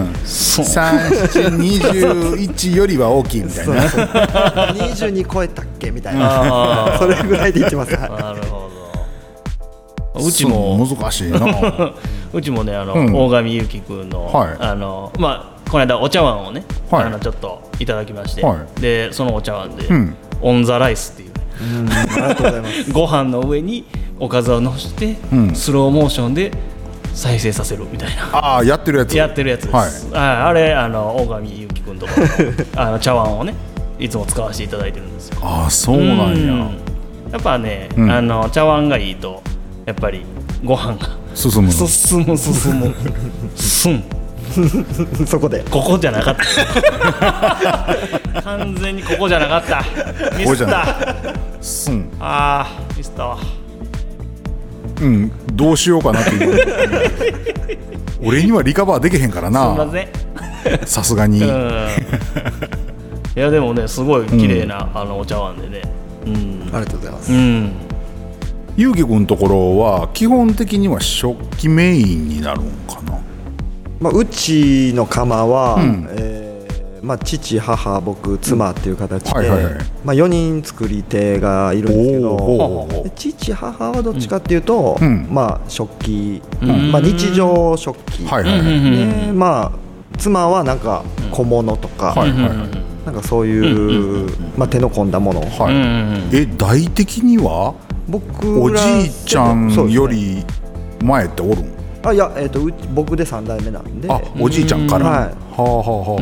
21よりは大きいみたいな。 22超えたっけみたいな。それぐらいでいきます。なるほど。うちも難しいな。 うちもね、大神ゆきくんのこの間お茶碗をね、ちょっといただきまして、でそのお茶碗でオンザライスっていう、 ありがとうございます。 ご飯の上におかずをのして、スローモーションで再生させるみたいな。 ああ、やってるやつ。 やってるやつです。あれ大神ゆきくんとこの茶碗をね、いつも使わせていただいてるんですよ。 ああ、そうなんや。 やっぱね、茶碗がいいとやっぱりご飯が進む。 進む。 そこでここじゃなかった。完全にここじゃなかった。ミスった。ああ、ミスったわ。 どうしようかなっていう。俺にはリカバーできへんからな。 すみません。 さすがに。いやでもね、すごい綺麗なお茶碗でね。 ありがとうございます。 ゆうきくんのところは基本的には食器メインになるんかな。 うちの窯は、父、母、僕、妻っていう形で4人作り手がいるんですけど、父、母はどっちかっていうと、食器、日常食器で、妻はなんか小物とか、なんかそういう手の込んだもの。 代的にはおじいちゃんより前っておるん？ いや、僕で3代目なんで。 おじいちゃんから。なるほ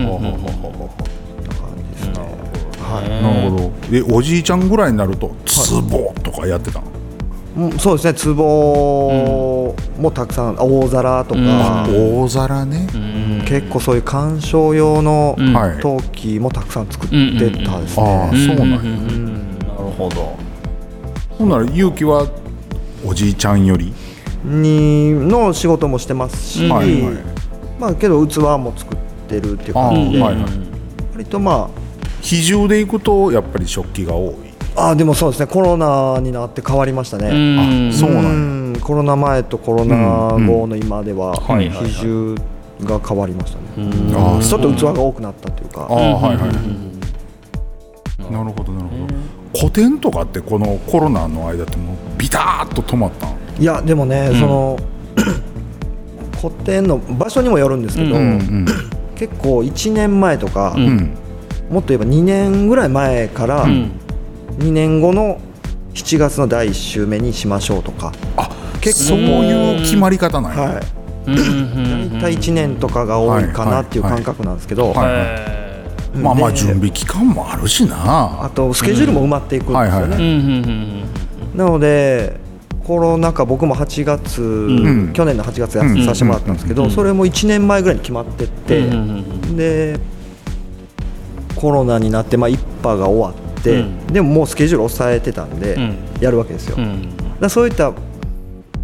ど。おじいちゃんぐらいになると壺とかやってたの？ そうですね。壺もたくさん、大皿とか。 大皿ね。 結構そういう鑑賞用の陶器もたくさん作ってたですね。 ああ、そうなんや。なるほど。 ほんなら勇気はおじいちゃんよりの仕事もしてますし、けど器も作ってるっていう感じで、割と比重でいくとやっぱり食器が多い。 でもそうですね。コロナになって変わりましたね。 そうなんや。 コロナ前とコロナ後の今では比重が変わりましたね。ちょっと器が多くなったというか。 なるほどなるほど。個展とかってこのコロナの間ってもうビターッと止まったん？ いやでもね、その個展の場所にもよるんですけど、結構1年前とか、もっと言えば2年ぐらい前から、2年後の7月の第1週目にしましょうとか。 結構そういう決まり方なんや。 大体1年とかが多いかなっていう感覚なんですけど、 準備期間もあるしな。 あとスケジュールも埋まっていくんですよね。なのでコロナ禍、僕も8月、去年の8月させてもらったんですけど、それも1年前ぐらいに決まってって、でコロナになって1波が終わって、でももうスケジュール抑えてたんでやるわけですよ。だそういった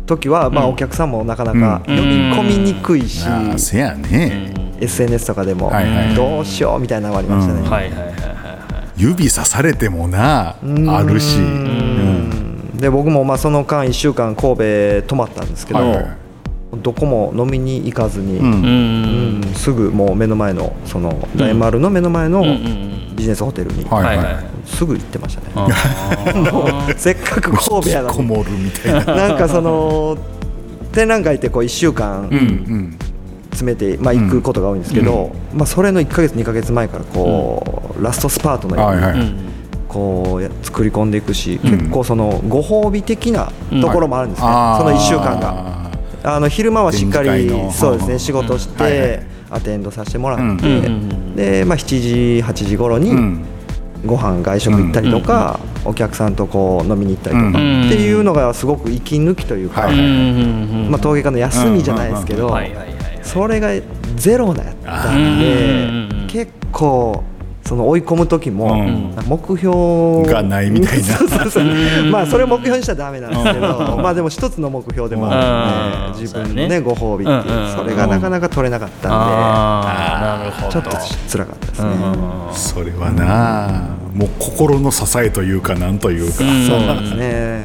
時は、お客さんもなかなか呼び込みにくいし、 せやね、 SNS とかでもどうしようみたいなのがありましたね。 指さされてもなあるし、 で僕もその間1週間神戸泊まったんですけど、どこも飲みに行かずに、すぐもう目の前のその大丸の目の前のビジネスホテルにすぐ行ってましたね。もうせっかく神戸やのにこもるみたいな。 なんかその展覧会ってこう1週間詰めて行くことが多いんですけど、それの1ヶ月2ヶ月前からこうラストスパートのようにこう作り込んでいくし、結構そのご褒美的なところもあるんですね、その1週間が。昼間はしっかりそうですね、仕事してアテンドさせてもらって、で7時8時頃にご飯外食行ったりとか、お客さんとこう飲みに行ったりとかっていうのがすごく息抜きというか、陶芸家の休みじゃないですけど、それがゼロなやったんで、結構その追い込む時も目標がないみたいなそれを目標にしたらダメなんですけど、でも一つの目標でもあるので、自分のねご褒美っていう、それがなかなか取れなかったんで、ちょっと辛かったですね。 それはな、もう心の支えというかなんというか、そうですね。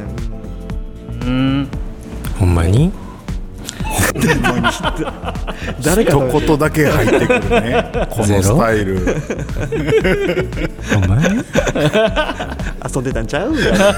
ほんまに誰か一言だけ入ってくるね、このスタイル。 お前遊んでたんちゃう？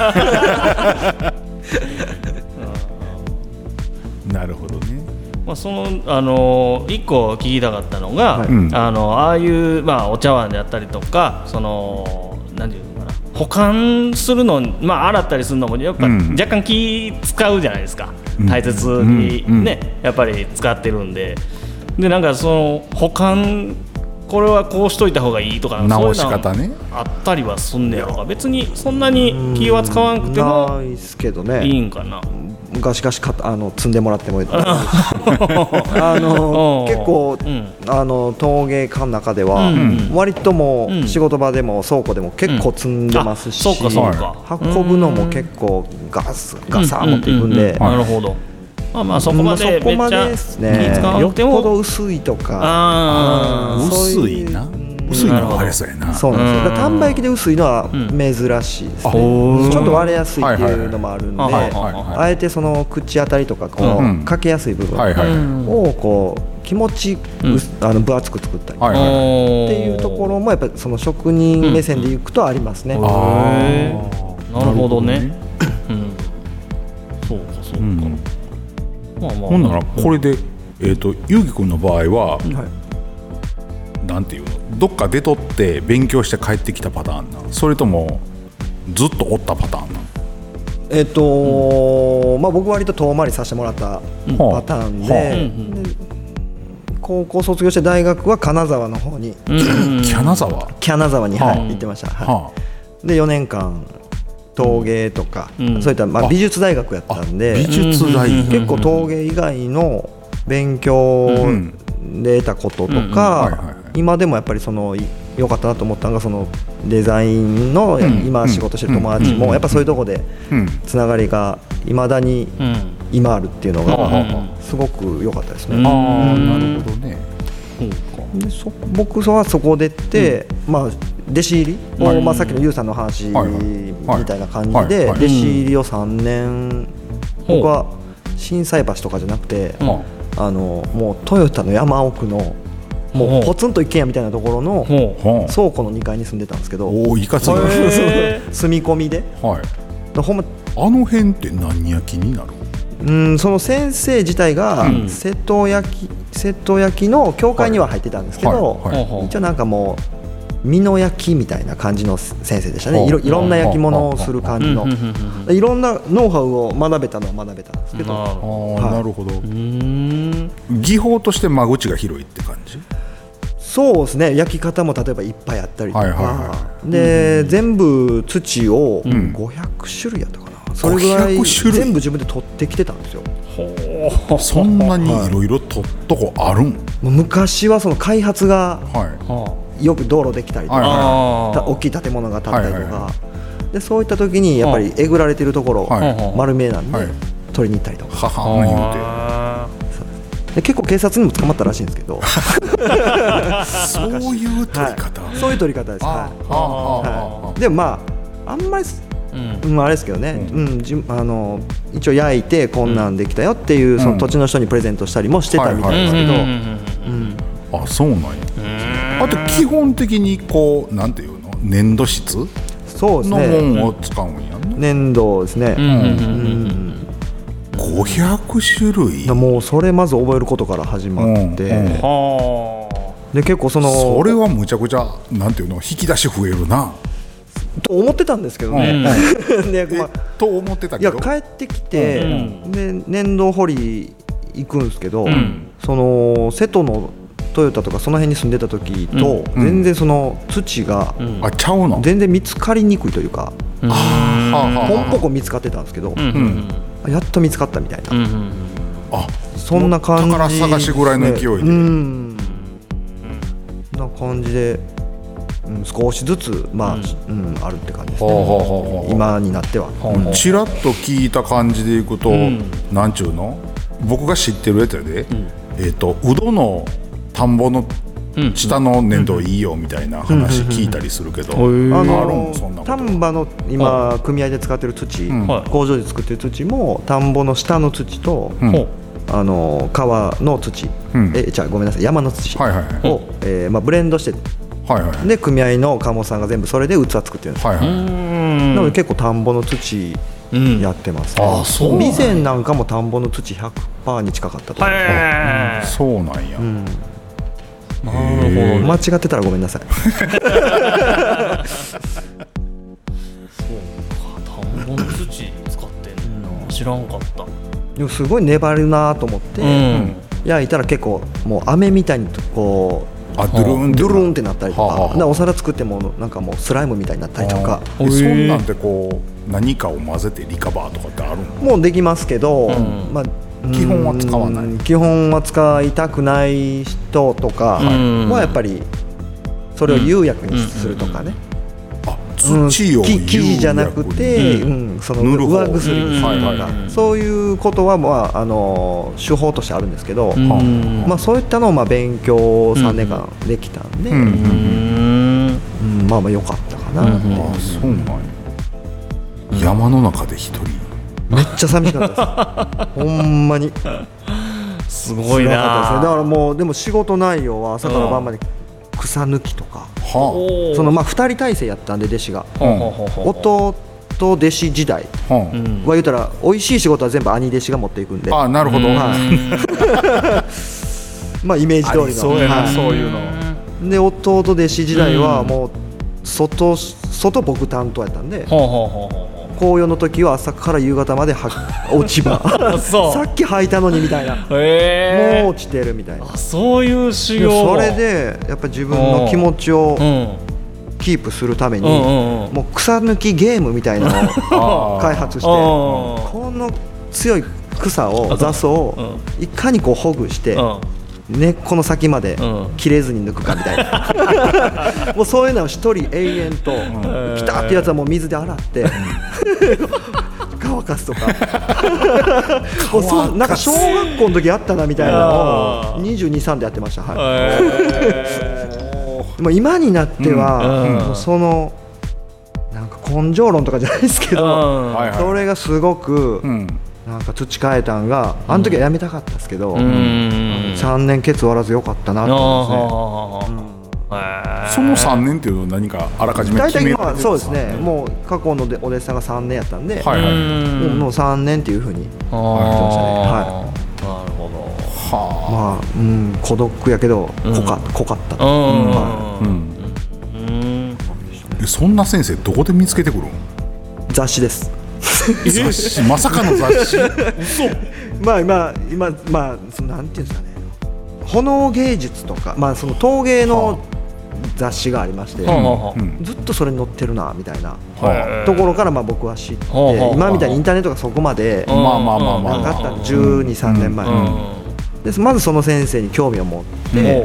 なるほどね。 その一個聞きたかったのが、ああいうお茶碗であったりとか、その何ていうのかな、保管するの洗ったりするのもやっぱ若干気使うじゃないですか。大切にね、やっぱり使ってるんで、なんかその保管、これはこうしといた方がいいとか、 直し方ね、 あったりはすんねやろか。別にそんなに気は使わなくてもいいんかな。 ガシガシ積んでもらってもいい結構陶芸家の中では割ともう仕事場でも倉庫でも結構積んでますし、運ぶのも結構ガサー持っていくんで、 なるほど。そこまでめっちゃ気使わなくても、 よっぽど薄いとか、 薄いな、薄いのはあれそうやな。 そうなんですよ。丹波焼で薄いのは珍しいですね。ちょっと割れやすいっていうのもあるんで、あえてその口当たりとかこうかけやすい部分をこう気持ち分厚く作ったりっていうところもやっぱりその職人目線でいくとありますね。 なるほどね。そうかそうか。 ほんならこれでゆうきくんの場合はなんていうの、どっか出とって勉強して帰ってきたパターンな、それともずっとおったパターンな。 僕割と遠回りさせてもらったパターンで、高校卒業して大学は金沢の方に金沢に行ってました。で4年間陶芸とか、そういった美術大学やったんで、 美術大学結構陶芸以外の勉強で得たこととか、今でもやっぱりその良かったなと思ったのが、そのデザインの今仕事してる友達もやっぱそういうとこでつながりがいまだに今あるっていうのがすごく良かったですね。 なるほどね。 で僕はそこでって弟子入りを、さっきのユウさんの話みたいな感じで弟子入りを3年、僕は心斎橋とかじゃなくて、もうトヨタの山奥のもうポツンと一軒家みたいなところの倉庫の2階に住んでたんですけど、 いかつい住み込みで、ほんまあの辺って何焼きになる？ その先生自体が瀬戸焼きの教会には入ってたんですけど、一応なんかもう美濃焼きみたいな感じの先生でしたね。いろんな焼き物をする感じの、いろんなノウハウを学べたのは学べたんですけど。 なるほど。技法として間口が広いって感じ？ そうですね。焼き方も例えばいっぱいあったりとかで、全部土を500種類やったかな、それぐらい全部自分で取ってきてたんですよ。 そんなにいろいろ取っとこあるん？ 昔はその開発がよく道路できたりとか、大きい建物が建ったりとかで、そういった時にやっぱりえぐられてるところ丸見えなんで、 取りに行ったりとかは言うてで結構警察にも捕まったらしいんですけどそういう取り方、 そういう取り方です。でもまああんまりあれですけどね、一応焼いてこんなんできたよっていうその土地の人にプレゼントしたりもしてたみたいですけど、あ、そうなんや。あと基本的にこうなんていうの、粘土質のものを使うんやね。 粘土ですね。 500種類。 もうそれまず覚えることから始まって、で結構それはむちゃくちゃなんていうの、引き出し増えるなと思ってたんですけどね。 と思ってたけど、 いや帰ってきて、で粘土掘り行くんですけど、その瀬戸のトヨタとかその辺に住んでた時と全然その土が全然見つかりにくいというか、ポンポコ見つかってたんですけど、やっと見つかったみたいな、そんな感じ、 宝探しぐらいの勢いでな感じで、少しずつあるって感じですね、今になっては。 ちらっと聞いた感じでいくと、なんちゅうの、僕が知ってるやつやで、うどの田んぼの下の粘土いいよみたいな話聞いたりするけど、 丹波の今組合で使ってる土、工場で作ってる土も田んぼの下の土と川の土、ごめんなさい、山の土をブレンドして、で組合の鴨さんが全部それで器作ってるんですよ。なので結構田んぼの土やってますね。備前なんかも田んぼの土 100% に近かったと思います。 そうなんや。 なるほど。間違ってたらごめんなさい。 そうか、田んぼの土使ってんの知らんかった。 でもすごい粘るなと思って、焼いたら結構もう飴みたいにこうドゥルンってなったりとか、お皿作ってもなんかもうスライムみたいになったりとか。 そんなんてこう何かを混ぜてリカバーとかってあるの？ もうできますけど、 基本は使わない。 基本は使いたくない人とかはやっぱりそれを釉薬にするとかね。 土を生地じゃなくて、その上薬にするとか、そういうことは手法としてあるんですけど、そういったのを勉強3年間できたんで、良かったかな。 そうなんや。山の中で一人めっちゃ寂しかったです。ほんまにすごいな。 だからもうでも仕事内容は朝から晩まで草抜きとか、その2人体制やったんで弟子が、弟弟子時代は言うたら美味しい仕事は全部兄弟子が持っていくんで。 なるほど。 イメージ通りのそういうので、弟弟子時代はもう外僕担当やったんで、紅葉の時は朝から夕方まで落ち葉さっき履いたのにみたいな、もう落ちてるみたいな、 そういう修行。 それでやっぱり自分の気持ちをキープするために、もう草抜きゲームみたいなのを開発して、この強い草を雑草をいかにこうほぐして根っこの先まで切れずに抜くかみたいな、もうそういうのを一人永遠とピタってやつはもう水で洗って乾かすとかもうなんか小学校の時あったなみたいなのを22、3でやってました。もう今になってはそのなんか根性論とかじゃないですけど、それがすごくなんか培えたんが、あの時はやめたかったですけど、3年ケツ終わらずよかったなと思いますね。 その3年っていうのは何かあらかじめ決めてるんですか？ そうですね。もう過去のお弟子さんが3年やったんで、もう3年っていうふうに言ってましたね。なるほど。 孤独やけど濃かったと。 そんな先生どこで見つけてくるの？ 雑誌です。 雑誌、まさかの雑誌。 今なんていうんですかね、炎芸術とか、その陶芸の雑誌がありまして、ずっとそれに載ってるなみたいなところから僕は知って、今みたいにインターネットがそこまでなかった12、3年前で、まずその先生に興味を持って、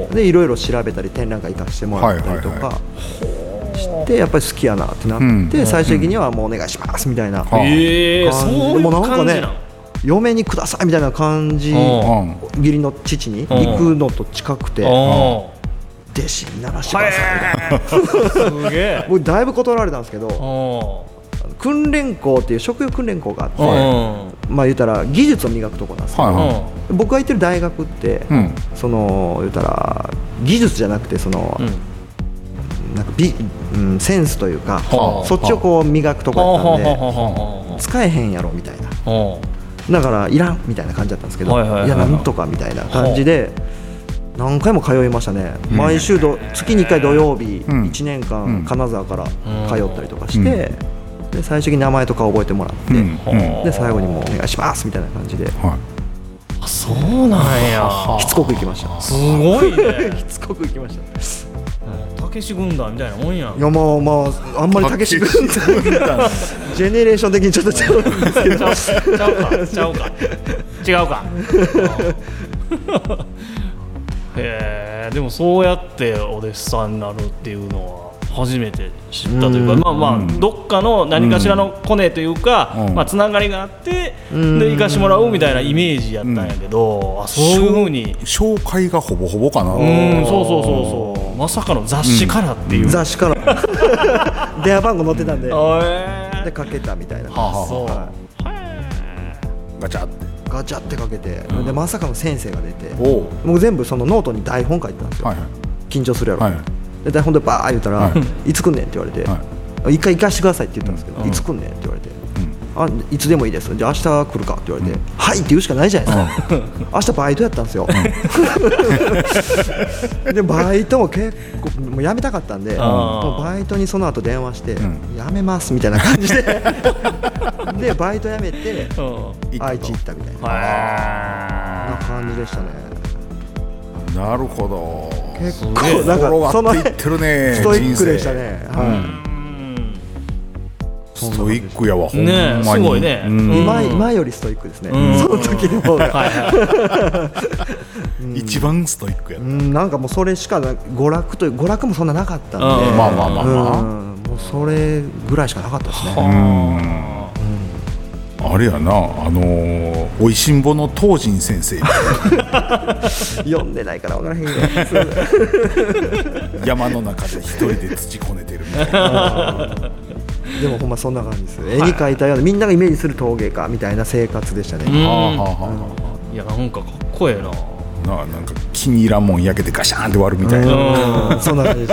でいろいろ調べたり展覧会行かせてもらったりとかしてやっぱり好きやなってなって、最終的にはもうお願いしますみたいな感じで、もうなんかね嫁にくださいみたいな感じ、義理の父に行くのと近くて、弟子にならしてくださいすげえ僕だいぶ断られたんですけど、訓練校っていう職業訓練校があって、まあ言ったら技術を磨くところなんですけど、僕が行ってる大学って、その言ったら技術じゃなくてその、なんかセンスというか、そっちをこう磨くところだったんで、使えへんやろみたいな、だからいらんみたいな感じだったんですけど、いやなんとかみたいな感じで何回も通いましたね。毎週月に1回土曜日1年間金沢から通ったりとかして、で最終的に名前とか覚えてもらって、で最後にもうお願いしますみたいな感じで、 そうなんや、 しつこく行きました。 すごいねしつこく行きましたたけし軍団みたいなもんやん。 いやまああんまりたけし軍団ジェネレーション的にちょっとちゃうんですけどちゃうか違うかへえ、でもそうやってお弟子さんになるっていうのは初めて知ったというか、まあどっかの何かしらのコネというか、まあつながりがあってで行かしてもらうみたいなイメージやったんやけど、そういう風に紹介がほぼほぼかな。 そうまさかの雑誌からっていう、 雑誌から電話番号載ってたんで、でかけたみたいな。 ガチャってガチャってかけて、でまさかの先生が出て、僕全部そのノートに台本書いてたんですよ。緊張するやろ、で台本でバー言ったら、いつ来んねんって言われて、一回行かしてくださいって言ったんですけど、いつ来んねんって言われて、いつでもいいです、じゃあ明日来るかって言われて、はいって言うしかないじゃないですか。明日バイトやったんですよ。でバイトも結構もう辞めたかったんで、もうバイトにその後電話して、辞めますみたいな感じででバイト辞めて愛知行ったみたいな感じでしたね。 なるほど。 結構なんかその言ってるね。 ストイックでしたね。 ストイックやわ、ほんまに。 すごいね。 今よりストイックですね。その時の方が一番ストイックや。 なんかもうそれしか娯楽もそんななかったんで、 まあもうそれぐらいしかなかったですね。 あれやな、おいしんぼの東仁先生読んでないから分からへんけど山の中で一人で土こねてるみたいな。 でもほんまそんな感じです。絵に描いたようなみんながイメージする陶芸家みたいな生活でしたね。 いやなんかかっこええな。 なんか気に入らんもん焼けてガシャンって割るみたいな。 そんな感じです。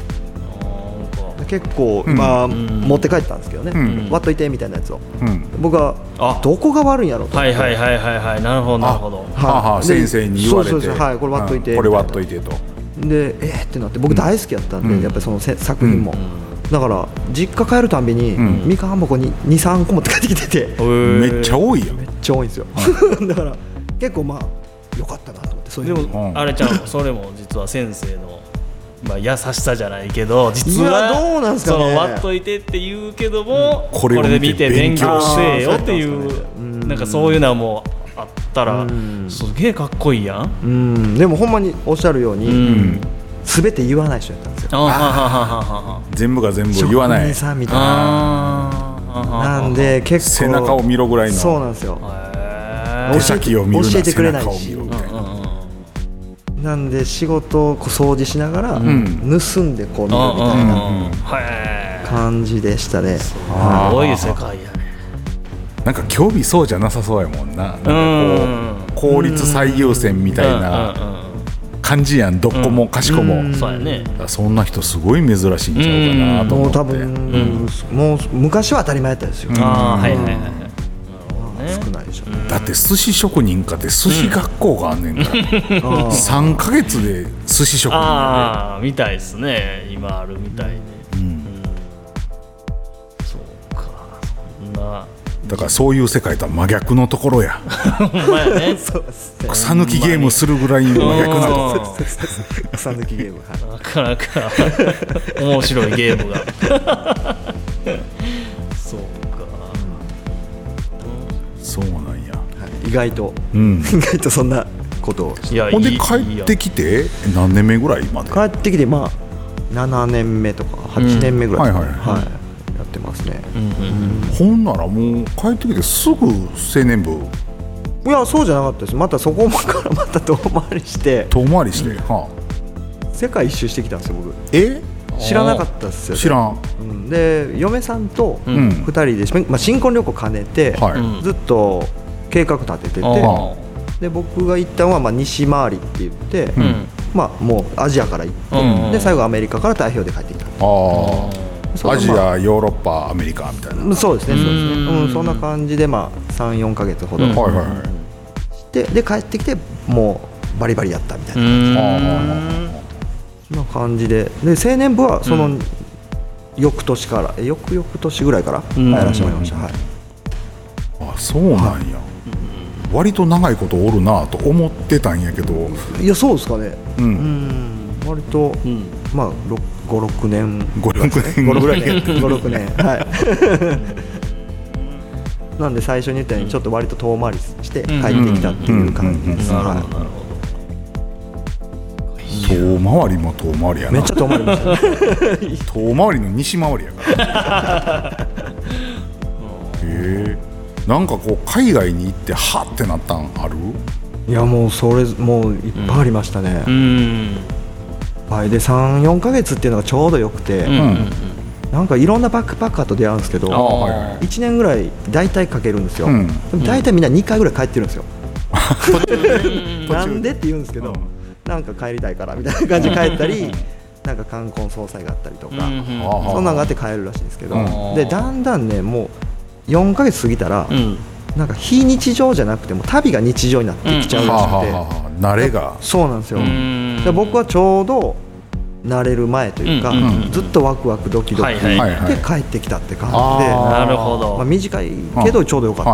結構今持って帰ったんですけどね、割っといてみたいなやつを、僕はどこが悪いんやろと。 はいなるほどなるほど。 先生に言われて、 はいこれ割っといて、 これ割っといてと。 でってなって、僕大好きやったんで、やっぱりその作品も、だから実家帰るたんびにみかん箱に 2,3 個持って帰ってきてて、 めっちゃ多いやん。 めっちゃ多いんですよ。だから結構まあ良かったなと思って。そういうでもあれちゃん、それも実は先生の優しさじゃないけど、実はどうなんですかね、 その割っといてって言うけども、これで見て勉強せえよっていう、なんかそういうのもあったらすげえかっこいいやん。 でもほんまにおっしゃるように全て言わない人やったんですよ。 全部が全部言わない。 職人さんみたいな。なんで結構背中を見ろぐらいの。 そうなんですよ。 手先を見るな、 教えてくれないし。 背中を見ろみたいな。 なんで仕事を掃除しながら盗んでこう見るみたいな感じでしたね。すごい世界やね。 なんか興味そうじゃなさそうやもんな。効率最優先みたいな感じやん。どこもかしこも。 そうやね。 そんな人すごい珍しいんちゃうかなと思って。 もう多分もう昔は当たり前やったですよ。少ないでしょ。 だって寿司職人かって寿司学校があんねんから、3ヶ月で寿司職人みたいですね。今あるみたいで、そうか、そんな。 だからそういう世界とは真逆のところや。 ほんまやね。 草抜きゲームするぐらい真逆なところ。 草抜きゲーム、 なかなか面白いゲームが。そうか、 そうなんや。 意外とそんなことを。 ほんで帰ってきて何年目ぐらいまで？ 帰ってきてまあ7年目とか8年目ぐらいやっってますね。 ほんならもう帰ってきてすぐ青年部。 いやそうじゃなかったです。またそこからまた遠回りして世界一周してきたんですよ僕。知らなかったですよ、ね、 知らん。 で嫁さんと2人で、新婚旅行兼ねて、ずっと計画立ててて、で僕が行ったのは西回りって言って、もうアジアから行って、で最後アメリカから太平洋で帰ってきた。 アジア、ヨーロッパ、アメリカみたいな。 そうですね、そうですね。そんな感じで3、4ヶ月ほどしてで帰ってきてもうバリバリやったみたいな感じ。そんな感じで、青年部はその翌年から翌々年ぐらいから入らせてもらいました。 あ、そうなんや。割と長いことおるなと思ってたんやけど。 いやそうですかね。割と5、6年ぐらい5、6年なんで最初に言ったようにちょっと割と遠回りして帰ってきたっていう感じです。 遠回りも遠回りやな。 めっちゃ遠回りましたね。 遠回りの西回りやからなんかこう海外に行ってはってなったんある？ いやもうそれもういっぱいありましたね。で3、4ヶ月っていうのがちょうどよくて、なんかいろんなバックパッカーと出会うんですけど、1年ぐらい大体かけるんですよ。でも大体みんな2回ぐらい帰ってるんですよ。なんでって言うんですけど、なんか帰りたいからみたいな感じで帰ったり、なんか冠婚葬祭があったりとか、そんなのがあって帰るらしいんですけど、でだんだんねもう4ヶ月過ぎたら、なんか非日常じゃなくても旅が日常になってきちゃうらしくて、 慣れが。 そうなんですよ。で僕はちょうど慣れる前というか、ずっとワクワクドキドキで帰ってきたって感じで、 なるほど。 短いけどちょうどよかった。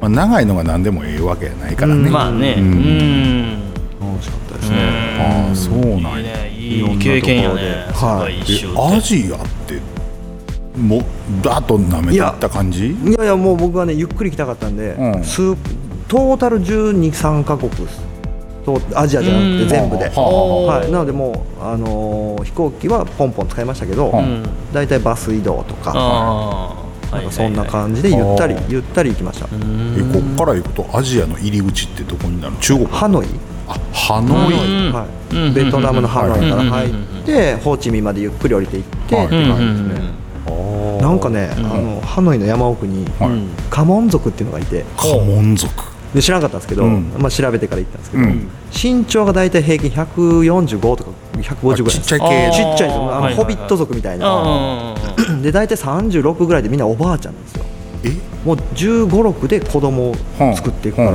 長いのが何でもええわけやないからね。 まあね。 楽しかったですね。 ああそうなんや。 いい経験やね。 アジアってもうだっと舐めていった感じ？ いやもう僕はねゆっくり来たかったんで、トータル12、3カ国とアジアじゃなくて全部で、なのでもう飛行機はポンポン使いましたけど、だいたいバス移動とかなんかそんな感じでゆったり行きました。 こっから行くとアジアの入り口ってどこになる？中国？ ハノイ。 ハノイ。 ベトナムのハノイから入ってホーチミンまでゆっくり降りていってって感じですね。なんかね、ハノイの山奥にカモン族っていうのがいて、 カモン族で知らなかったんですけど、調べてから行ったんですけど、身長がだいたい平均145とか150ぐらい。 ちっちゃい系。 ちっちゃいです。ホビット族みたいな。でだいたい36ぐらいでみんなおばあちゃんなんですよ。もう15、6で子供を作っていくから、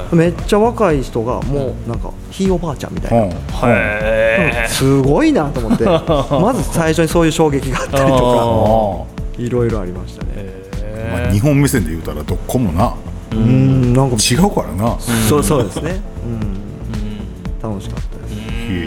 めっちゃ若い人がもうなんかひいおばあちゃんみたいな、すごいなと思って、まず最初にそういう衝撃があったりとかいろいろありましたね。 日本目線で言うたらどこもな、なんか違うからな。 そうですね。楽しかったです。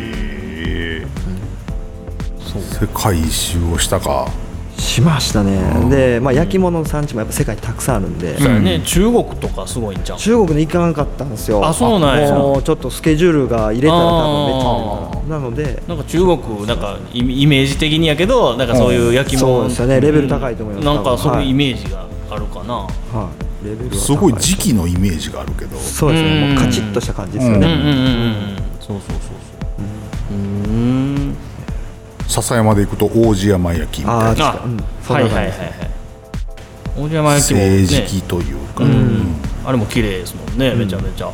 世界一周をしたか。 しましたね。で、焼き物の産地もやっぱ世界にたくさんあるんで、 中国とかすごいんちゃう？ 中国に行かなかったんですよ。 そうなんや。 もうちょっとスケジュールが入れたら多分めっちゃなので、 なんか中国なんかイメージ的にやけど、なんかそういう焼き物、 そうですよね、レベル高いと思います。 なんかそういうイメージがあるかな。 レベルすごい時期のイメージがあるけど、 そうですね、もうカチッとした感じですよね。 そう笹山で行くと王子山焼きみたいな。 王子山焼きも政治というか、 あれも綺麗ですもんね、めちゃめちゃ。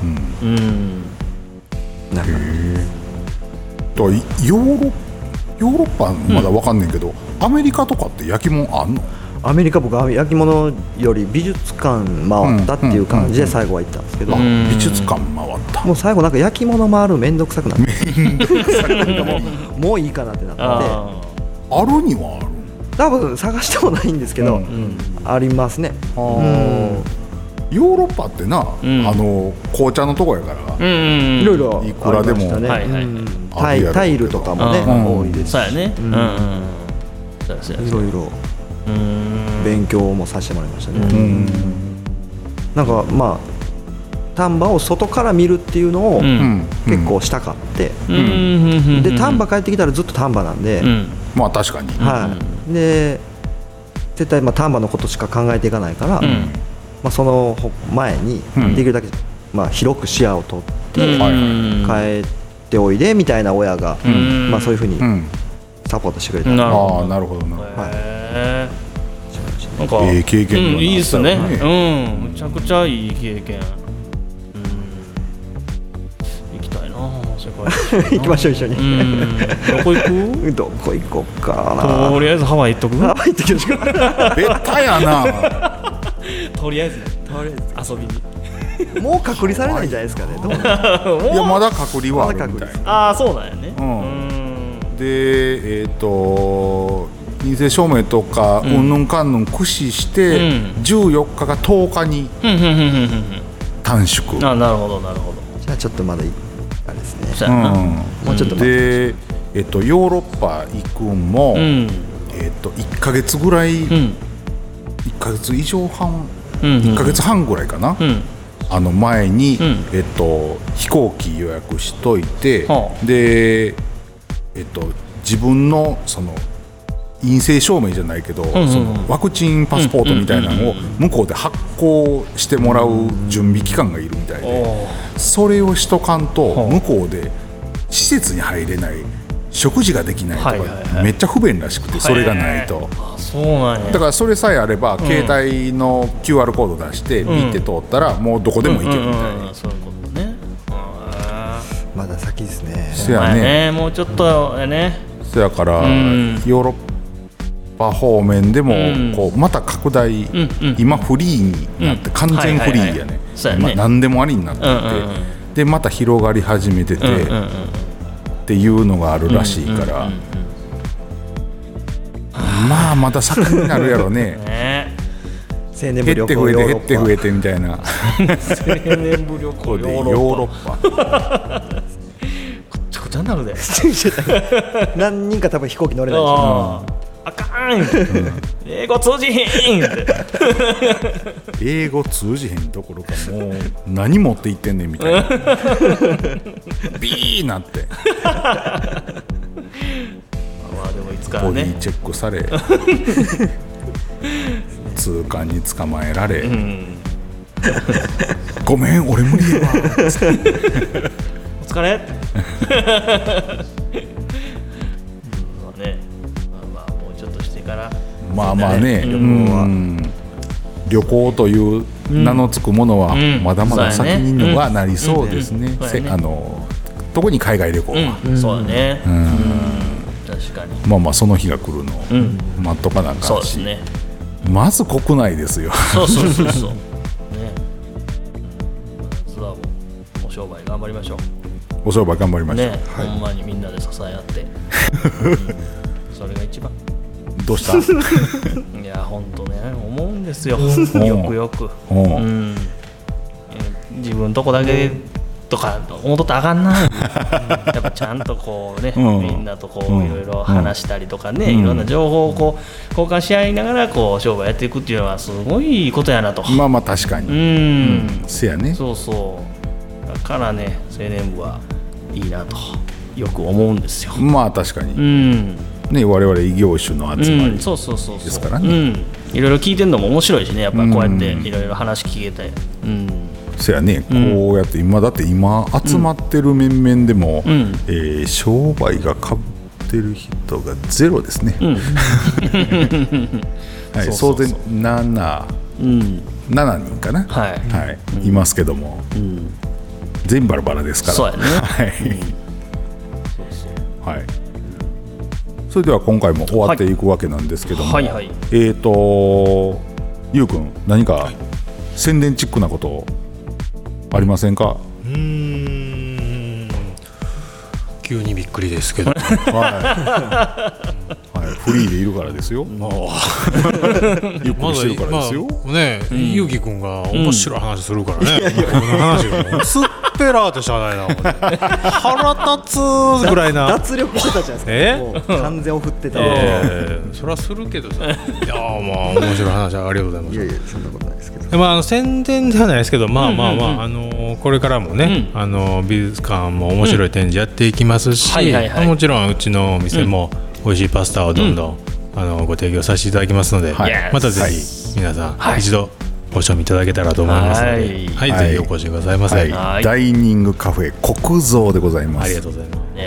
ヨーロッパまだ分かんねんけど、アメリカとかって焼き物あんの？ アメリカ僕は焼き物より美術館回ったっていう感じで最後は行ったんですけど、 美術館回った。 もう最後なんか焼き物回るめんどくさくなってもういいかなってなって、 あるにはある、 多分探してもないんですけど、ありますね。 ヨーロッパってな、紅茶のとこやからいろいろいくらでもタイルとかもね多いですし、いろいろ勉強もさせてもらいましたね。なんか丹波を外から見るっていうのを結構したかって、で丹波帰ってきたらずっと丹波なんで、 まあ確かに、 で絶対丹波のことしか考えていかないから、その前にできるだけ広く視野を取って帰っておいでみたいな親がそういうふうにサポートしてくれた。 なるほどなるほどな。 なんかいい経験いいですね。むちゃくちゃいい経験。行きたいな世界。 行きましょう一緒に。 どこ行く？ どこ行こうかな。 とりあえずハワイ行っとく？ ハワイ行ってきましょうか。 ベタやな。 とりあえず遊びに。 もう隔離されないんじゃないですかね。どう？ いやまだ隔離はあるみたい。 ああそうなんやね。 で陰性証明とかうんぬんかんぬん駆使して14日が10日に短縮。 なるほどなるほど。 じゃあちょっとまだあれですね。 もうちょっとでヨーロッパ行くんも1ヶ月ぐらい1ヶ月以上半1ヶ月半ぐらいかな。前に飛行機予約しといてで自分のその陰性証明じゃないけど、そのワクチンパスポートみたいなのを向こうで発行してもらう準備期間がいるみたいで、それをしとかんと向こうで施設に入れない、食事ができないとかめっちゃ不便らしくて、それがないと。 そうなんや。 だからそれさえあれば携帯の QR コード出してビッて通ったらもうどこでも行けるみたいな。 そういうことね。 まだ先ですね。 そやね。 もうちょっとやね。 そやからヨーロッパ方面でもこうまた拡大、今フリーになって完全フリーやね。何でもありになってて、でまた広がり始めててっていうのがあるらしいから、まだ先になるやろね。 青年部旅行減って増えてみたいな。青年部旅行でヨーロッパ。 こっちゃこちゃになるで。 何人か多分飛行機乗れないし。 あかん。英語通じへん。 英語通じへんどころかもう何持って行ってんねんみたいな。ビーなって。 でもいつかボディチェックされ通関に捕まえられ、ごめん俺無理やわお疲れもうちょっとしてから旅行という名の付くものはまだまだ先にはなりそうですね。特に海外旅行はそうだね。確かに。 その日が来るのを待っとかなあかんし、まず国内ですよ。 そうね。ツアーもお商売頑張りましょう。 お商売頑張りましょう。 ほんまにみんなで支え合って、それが一番。 どうした？ いや本当ね思うんですよ。よく。自分とこだけとか思っとったらあかんな。やっぱちゃんとこうね、みんなとこういろいろ話したりとかね、いろんな情報をこう交換し合いながらこう商売やっていくっていうのはすごいことやなと。 確かに。せやね。 そうだからね青年部はいいなとよく思うんですよ。 確かに。我々異業種の集まりですからね。 いろいろ聞いてるのも面白いしね、やっぱこうやっていろいろ話聞けて。 そやね、こうやって今集まってる面々でも、商売がかぶってる人がゼロですね。総勢7人かな、いますけども、全員バラバラですから。 そうやね。 それでは今回も終わっていくわけなんですけども、ゆうくん何か宣伝チックなことありませんか？ 急にびっくりですけど、 フリーでいるからですよ。ゆっくりしてるからですよ。 ゆうきくんが面白い話するからね。この話がすっぺらーってしゃあないな。腹立つぐらいな。 脱力してたじゃないですか。もう完全を振ってた。 そりゃするけどさ。いや面白い話ありがとうございます。 いやそんなことないですけど。 宣伝ではないですけど、これからもね、美術館も面白い展示やっていきますし、もちろんうちのお店も美味しいパスタをどんどんご提供させていただきますので、またぜひ皆さん一度ご賞味いただけたらと思いますので、ぜひお越しくださいませ。 ダイニングカフェ国蔵でございます。 ありがとうございます。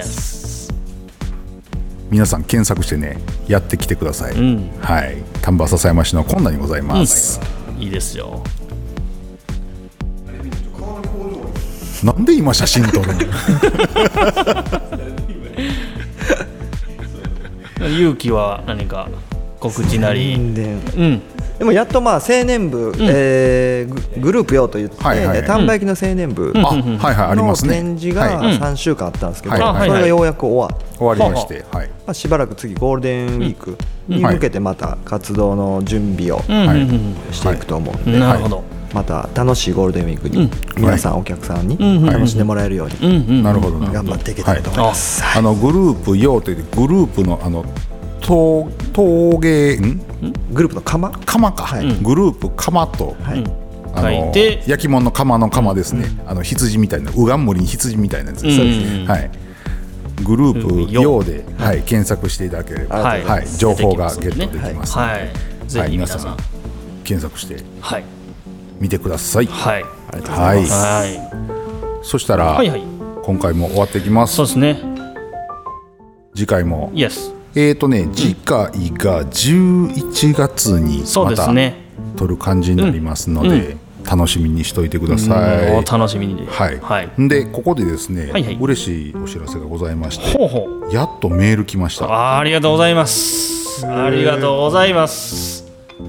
皆さん検索してね、やってきてください。丹波篠山市の今度にございます。 いいですよ。 なんで今写真撮るの？ 勇気は何か告知なり。 でもやっと青年部、グループよと言って、丹波焼きの青年部の展示が3週間あったんですけど、それがようやく終わりまして、 しばらく次ゴールデンウィークに向けてまた活動の準備をしていくと思うので、また楽しいゴールデンウィークに皆さんお客さんに楽しんでもらえるように頑張っていけたらと思います。 グループよというグループの陶芸グループの釜か、グループ釜と、焼き物の釜の釜ですね。羊みたいな、うがん森に羊みたいなやつです。グループようで検索していただければ情報がゲットできますので、 ぜひ皆さん検索して見てください。そしたら今回も終わっていきます。 そうですね。 次回も次回が11月にまた撮る感じになりますので、楽しみにしといてください。 楽しみに。 でここでですね、嬉しいお知らせがございまして、やっとメール来ました。 ありがとうございます。ありがとうございます。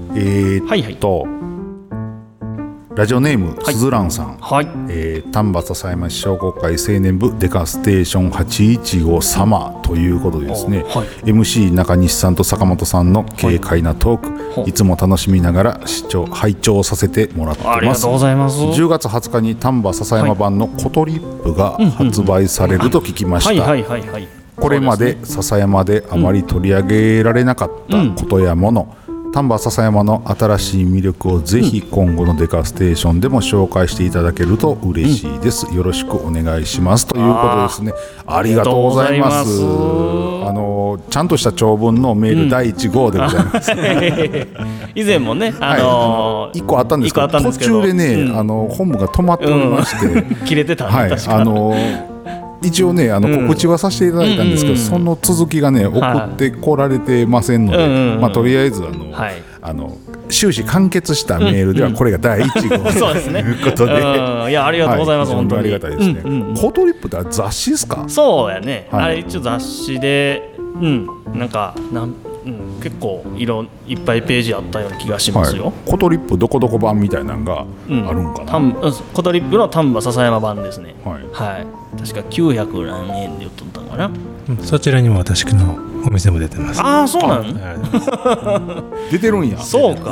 ラジオネームすずらんさん、丹波篠山市商工会青年部デカステーション815様ということでですね、MC 中西さんと坂本さんの軽快なトーク、いつも楽しみながら拝聴させてもらってます。 ありがとうございます。 10月20日に丹波篠山版のコトリップが発売されると聞きました。これまで篠山であまり取り上げられなかったことやもの、丹波篠山の新しい魅力をぜひ今後のデカステーションでも紹介していただけると嬉しいです。よろしくお願いしますということですね。ありがとうございます。ちゃんとした長文のメール第1号でございます。 以前もね、 1個あったんですけど、途中でね、本部が止まっておりまして切れてたんですか。 一応ね告知はさせていただいたんですけど、その続きがね送ってこられてませんので、とりあえず終始完結したメールではこれが第1号ということで、 いやありがとうございます。本当にありがたいですね。コトリップって雑誌ですか？ そうやね。あれ一応雑誌で、結構いっぱいページあったような気がしますよ。 コトリップどこどこ版みたいなのがあるんかな。 コトリップの丹波篠山版ですね。確か900何円で売っとったのかな。 そちらにも私のお店も出てます。 ああ、そうなの？ 出てるんや。 そうか。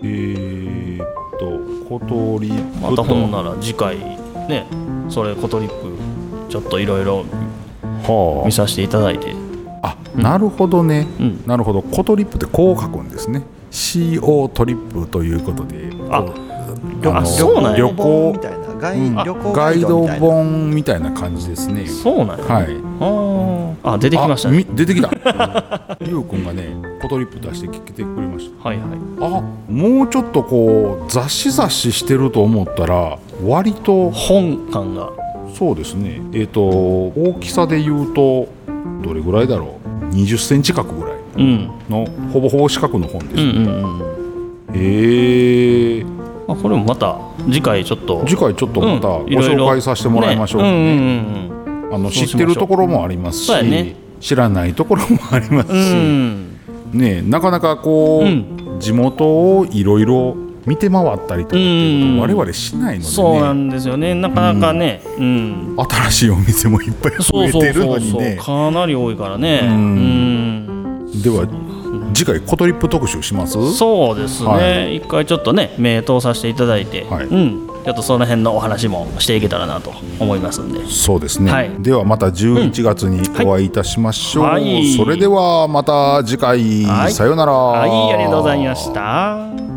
コトリップまたほんなら次回ね、それコトリップちょっといろいろ見させていただいて。 なるほどね。なるほど。コトリップってこう書くんですね。CO トリップということで、 そうなんや。 旅行みたいなガイド本みたいな感じですね。 そうなんや。出てきましたね。 出てきた。ゆうくんがねコトリップ出してきてくれました。もうちょっとこう雑誌してると思ったら割と本感が。 そうですね。大きさで言うとどれぐらいだろう。20センチ角ぐらいの、ほぼほぼ四角の本ですね。 これもまた次回ちょっとまたご紹介させてもらいましょうね。知ってるところもありますし、知らないところもありますし、なかなかこう地元をいろいろ見て回ったりとかっていうことを我々しないのでね。 そうなんですよね。なかなかね、 新しいお店もいっぱい増えてるのにね。 かなり多いからね。 では次回コトリップ特集します？そうですね。 一回ちょっとね目通させていただいて、ちょっとその辺のお話もしていけたらなと思いますんで。 そうですね。ではまた11月にお会いいたしましょう。それではまた次回、さようなら。 ありがとうございました。